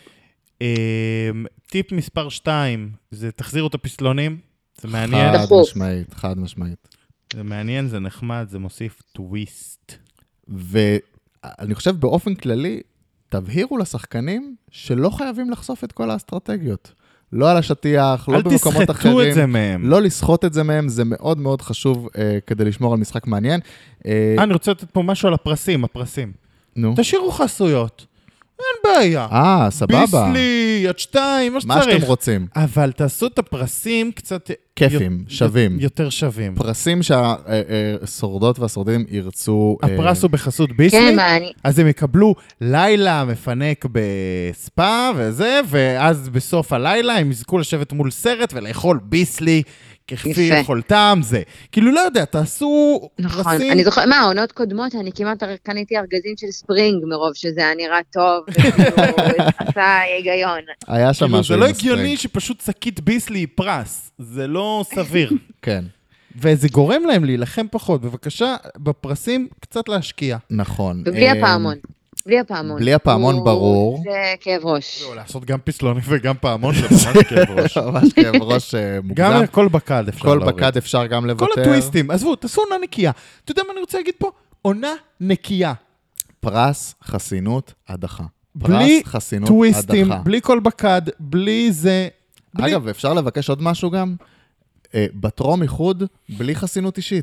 טיפ מספר 2, זה תחזירו את הפסלונים. זה מעניין. חד משמעית. זה מעניין, זה נחמד, זה מוסיף טוויסט. ואני חושב באופן כללי, תבהירו לשחקנים שלא חייבים לחשוף את כל האסטרטגיות. לא על השטיח, לא במקומות אחרים. אל תסחטו את זה מהם. לא לסחוט את זה מהם, זה מאוד מאוד חשוב כדי לשמור על משחק מעניין. אני רוצה לתת פה משהו על הפרסים. נו. תשאירו חסויות. אין בעיה. סבבה. ביסלי, עד 2, מה שצריך. מה שאתם רוצים. אבל תעשו את הפרסים קצת... כיפים, שווים. יותר שווים. פרסים שהשורדות והשורדים ירצו... הפרס הוא בחסות ביסלי, אז הם יקבלו לילה מפנק בספה וזה, ואז בסוף הלילה הם יזכו לשבת מול סרט ולאכול ביסלי, כפי יכולתם זה. כאילו לא יודע, תעשו נכון, פרסים... אני זוכרת, עונות קודמות, אני כמעט קניתי ארגזים של ספרינג מרוב שזה היה נראה טוב, וכאילו עשה היגיון. היה שם משהו זה לא הגיוני שפשוט שקית ביסלי היא פרס, זה לא סביר. כן. וזה גורם להם להילחם פחות, בבקשה, בפרסים קצת להשקיע. נכון. ובלי הפעמון. בלי הפעמון ברור. זה כאב ראש. לא, לעשות גם פסלונים וגם פעמון, זה ממש כאב ראש. ממש כאב ראש מוגזם. גם כל בקד אפשר להוריד. כל בקד אפשר גם לוותר. כל הטוויסטים, עזבו, תעשו עונה נקייה. אתה יודע מה אני רוצה להגיד פה? עונה נקייה. פרס, חסינות, הדחה. בלי טוויסטים, בלי כל בקד, בלי זה. אגב, אפשר לבקש עוד משהו גם? בטרום איחוד, בלי חסינות אישית.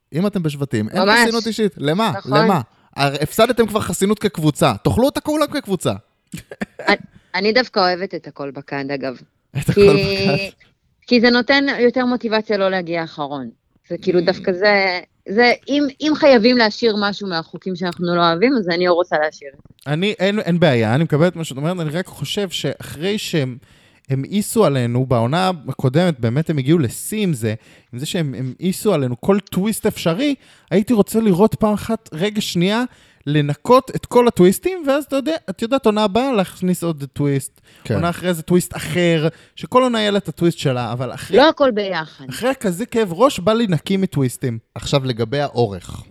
אם אתם בשבטים, אין ממש. חסינות אישית. למה? נכון. למה? הפסדתם כבר חסינות כקבוצה. תאכלו אותה כולם כקבוצה. אני דווקא אוהבת את הכל בקד, אגב. את הכל בקד. כי זה נותן יותר מוטיבציה לא להגיע האחרון. זה כאילו דווקא זה, אם חייבים להשאיר משהו מהחוקים שאנחנו לא אוהבים, אז אני רוצה להשאיר. אין בעיה, אני מקבל את מה שאת אומרת, אני רק חושב שאחרי שהם איסו עלינו, בעונה הקודמת, באמת הם הגיעו לשיא עם זה שהם איסו עלינו כל טוויסט אפשרי, הייתי רוצה לראות פעם אחת, רגע שנייה, לנקות את כל הטוויסטים, ואז את יודעת, עונה הבאה להכניס עוד טוויסט, עונה אחרי זה טוויסט אחר, שכל עונה יהיה לה את הטוויסט שלה, אבל אחרי... לא הכל ביחד. אחרי כזה כאב ראש, בא לי נקי מטוויסטים. עכשיו לגבי האורך.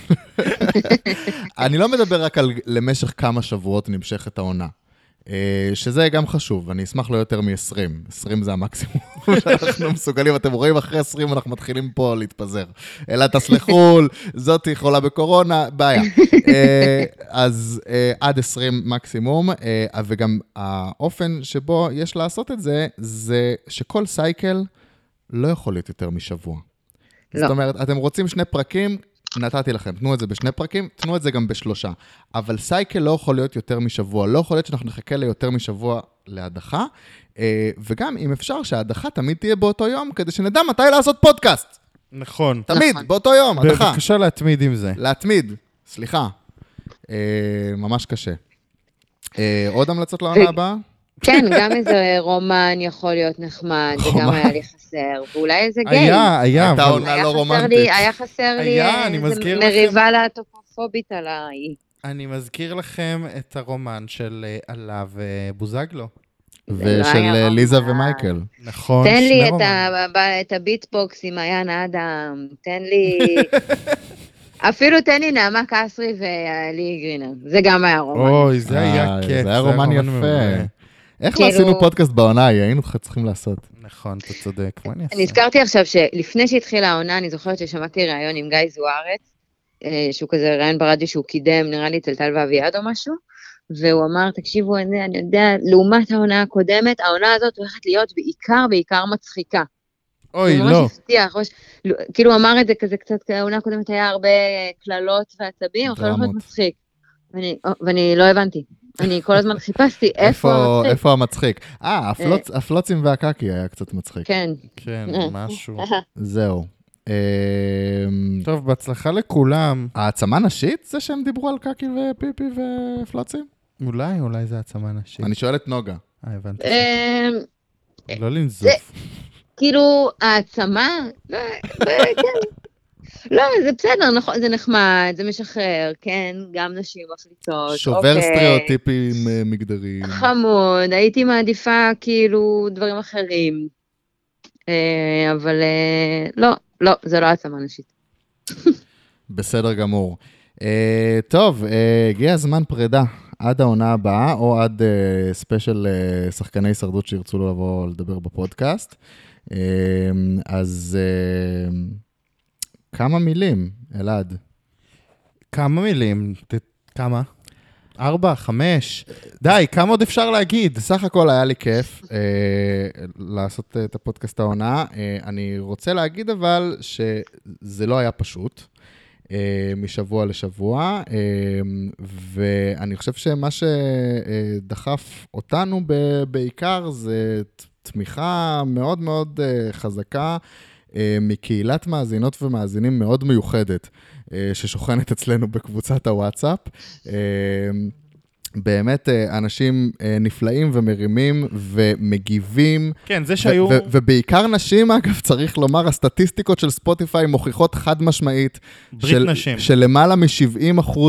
אני לא מדבר רק על למשך כמה שבועות נמשכת העונה. שזה גם חשוב, אני אשמח לא יותר מ-20. 20 זה המקסימום שאנחנו מסוגלים, אתם רואים אחרי 20 אנחנו מתחילים פה להתפזר. אלא תסלחו, זאת יכולה בקורונה, בעיה. אז עד 20 מקסימום, וגם האופן שבו יש לעשות את זה, זה שכל סייקל לא יכול להיות יותר משבוע. לא. זאת אומרת, אתם רוצים 2 פרקים, נתתי לכם, תנו את זה ב2 פרקים, תנו את זה גם ב3. אבל סייקל לא יכול להיות יותר משבוע, לא יכול להיות שאנחנו נחכה ליותר משבוע להדחה, וגם אם אפשר שההדחה תמיד תהיה באותו יום, כדי שנדע מתי לעשות פודקאסט. נכון. תמיד, באותו יום, הדחה. בבקשה להתמיד עם זה. להתמיד, סליחה. ממש קשה. עוד המלצות לעונה הבאה? כן, גם איזה רומן יכול להיות נחמד, וגם היה לי חסר, ואולי איזה גיים. היה, הייתה אבל... עונה לא רומנטית. היה חסר לי היה, אני איזה מזכיר לכם. מריבה לטופופובית על האי. אני מזכיר לכם את הרומן של עלה ובוזגלו. ושל ליזה ומייקל. נכון, תן לי שני רומן. את הביטבוקס עם מעיין אדם, תן לי... אפילו תן לי נעמה קסרי ולי גרינר, זה גם היה רומן. אוי, זה היה כיף. זה היה רומן יפה. מעולה. איך לא עשינו פודקאסט בעונה? היינו צריכים לעשות. נכון, אתה צודק. מה אני אעשה? אני הזכרתי עכשיו שלפני שהתחילה העונה, אני זוכרת ששמעתי ראיון עם גיא זוארץ, שהוא כזה ראיון ברדיו שהוא קידם, נראה לי טלטל ואביעד או משהו, והוא אמר, תקשיבו, אני יודע, לעומת העונה הקודמת, העונה הזאת הולכת להיות בעיקר מצחיקה. אוי, ממש לא. הבטיח, כאילו הוא אמר את זה כזה קצת, העונה הקודמת היה הרבה כללות ועצבים, הולך להיות מצחיק. ואני לא הבנתי. אני כל הזמן חיפשתי איפה המצחיק. איפה המצחיק? הפלוצים והקקי היה קצת מצחיק. כן. כן, משהו. זהו. טוב, בהצלחה לכולם. העצמה נשית זה שהם דיברו על קקי ופיפי ופלוצים? אולי זה העצמה נשית. אני שואל את נוגה. הבנתי. לא לנזוף. כאילו, העצמה, כן. לא, זה בסדר, נכון, זה נחמד, זה משחרר, כן, גם נשים מחליטות. שובר סטריאוטיפים מגדריים. חמוד, הייתי מעדיפה כאילו דברים אחרים. אבל לא, זה לא העצמה נשית. בסדר גמור. טוב, הגיע הזמן פרידה. עד העונה הבאה, או עד ספיישל שחקני הישרדות שירצו לבוא לדבר בפודקאסט. אז כמה מילים, אלעד? כמה מילים? כמה? 4, 5? די, כמה עוד אפשר להגיד? בסך הכל היה לי כיף לעשות את הפודקאסט העונה. אני רוצה להגיד אבל שזה לא היה פשוט. משבוע לשבוע, ואני חושב שמה שדחף אותנו בעיקר זה תמיכה מאוד מאוד חזקה מקהילת מאזינות ומאזינים מאוד מיוחדת, ששוכנת אצלנו בקבוצת הוואטסאפ. באמת אנשים נפלאים ומרימים ומגיבים. כן, זה שהיו... ובעיקר נשים, אגב, צריך לומר, הסטטיסטיקות של ספוטיפיי מוכיחות חד משמעית. ברית נשים. שלמעלה מ-70%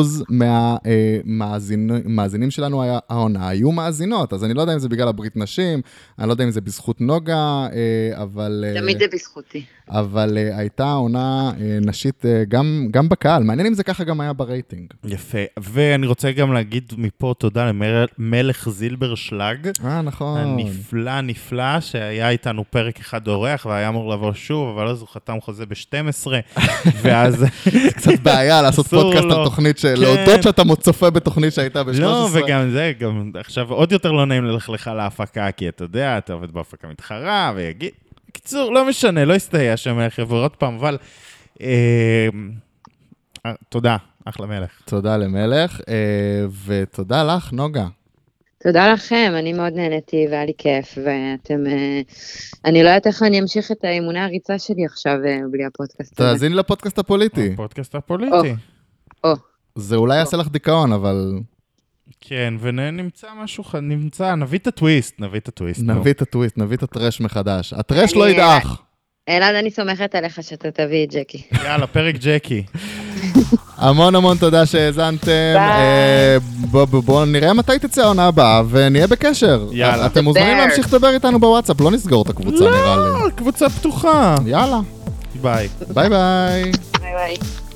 מהמאזינים שלנו העונה היו מאזינות. אז אני לא יודע אם זה בגלל הברית נשים, אני לא יודע אם זה בזכות נוגה, אבל... תמיד זה בזכותי. אבל הייתה עונה נשית גם בקהל. מעניין אם זה ככה גם היה ברייטינג. יפה. ואני רוצה גם להגיד מפה תודה למלך זילבר שלג. נכון. הנפלא, שהיה איתנו פרק אחד אורח, והיה אמור לבוא שוב, אבל אז הוא חתם חוזה ב-12, ואז... קצת בעיה לעשות פודקאסט על תוכנית להודות שאתה צופה בתוכנית שהייתה ב-13. לא, וגם זה, גם עכשיו עוד יותר לא נעים ללך לך להפקה, כי אתה יודע, אתה עובד בהפקה מתחרה, ויגיד... קיצור, לא משנה, לא הסתייע שם מהחברות פעם, אבל תודה, אחלה מלך. תודה למלך, ותודה לך, נוגה. תודה לכם, אני מאוד נהניתי והיה לי כיף, ואתם... אני לא יודעת איך אני אמשיך את האימוני הריצה שלי עכשיו בלי הפודקאסט הזה. תאזין לפודקאסט הפוליטי. הפודקאסט הפוליטי. זה אולי יעשה לך דיכאון, אבל... כן, ונמצא משהו, נביא את הטוויסט. נביא את הטוויסט, נביא את הטרש מחדש. הטרש לא ידעך. אלעד, אני סומכת עליך שאתה תביא את ג'קי. יאללה, פרק ג'קי. המון תודה שהאזנתם. בואו נראה מתי תצא העונה הבאה, ונהיה בקשר. יאללה. אתם מוזמנים להמשיך לדבר איתנו בוואטסאפ, לא נסגור את הקבוצה נראה לי. לא, קבוצה פתוחה. יאללה. ביי. ביי ביי. ביי ביי.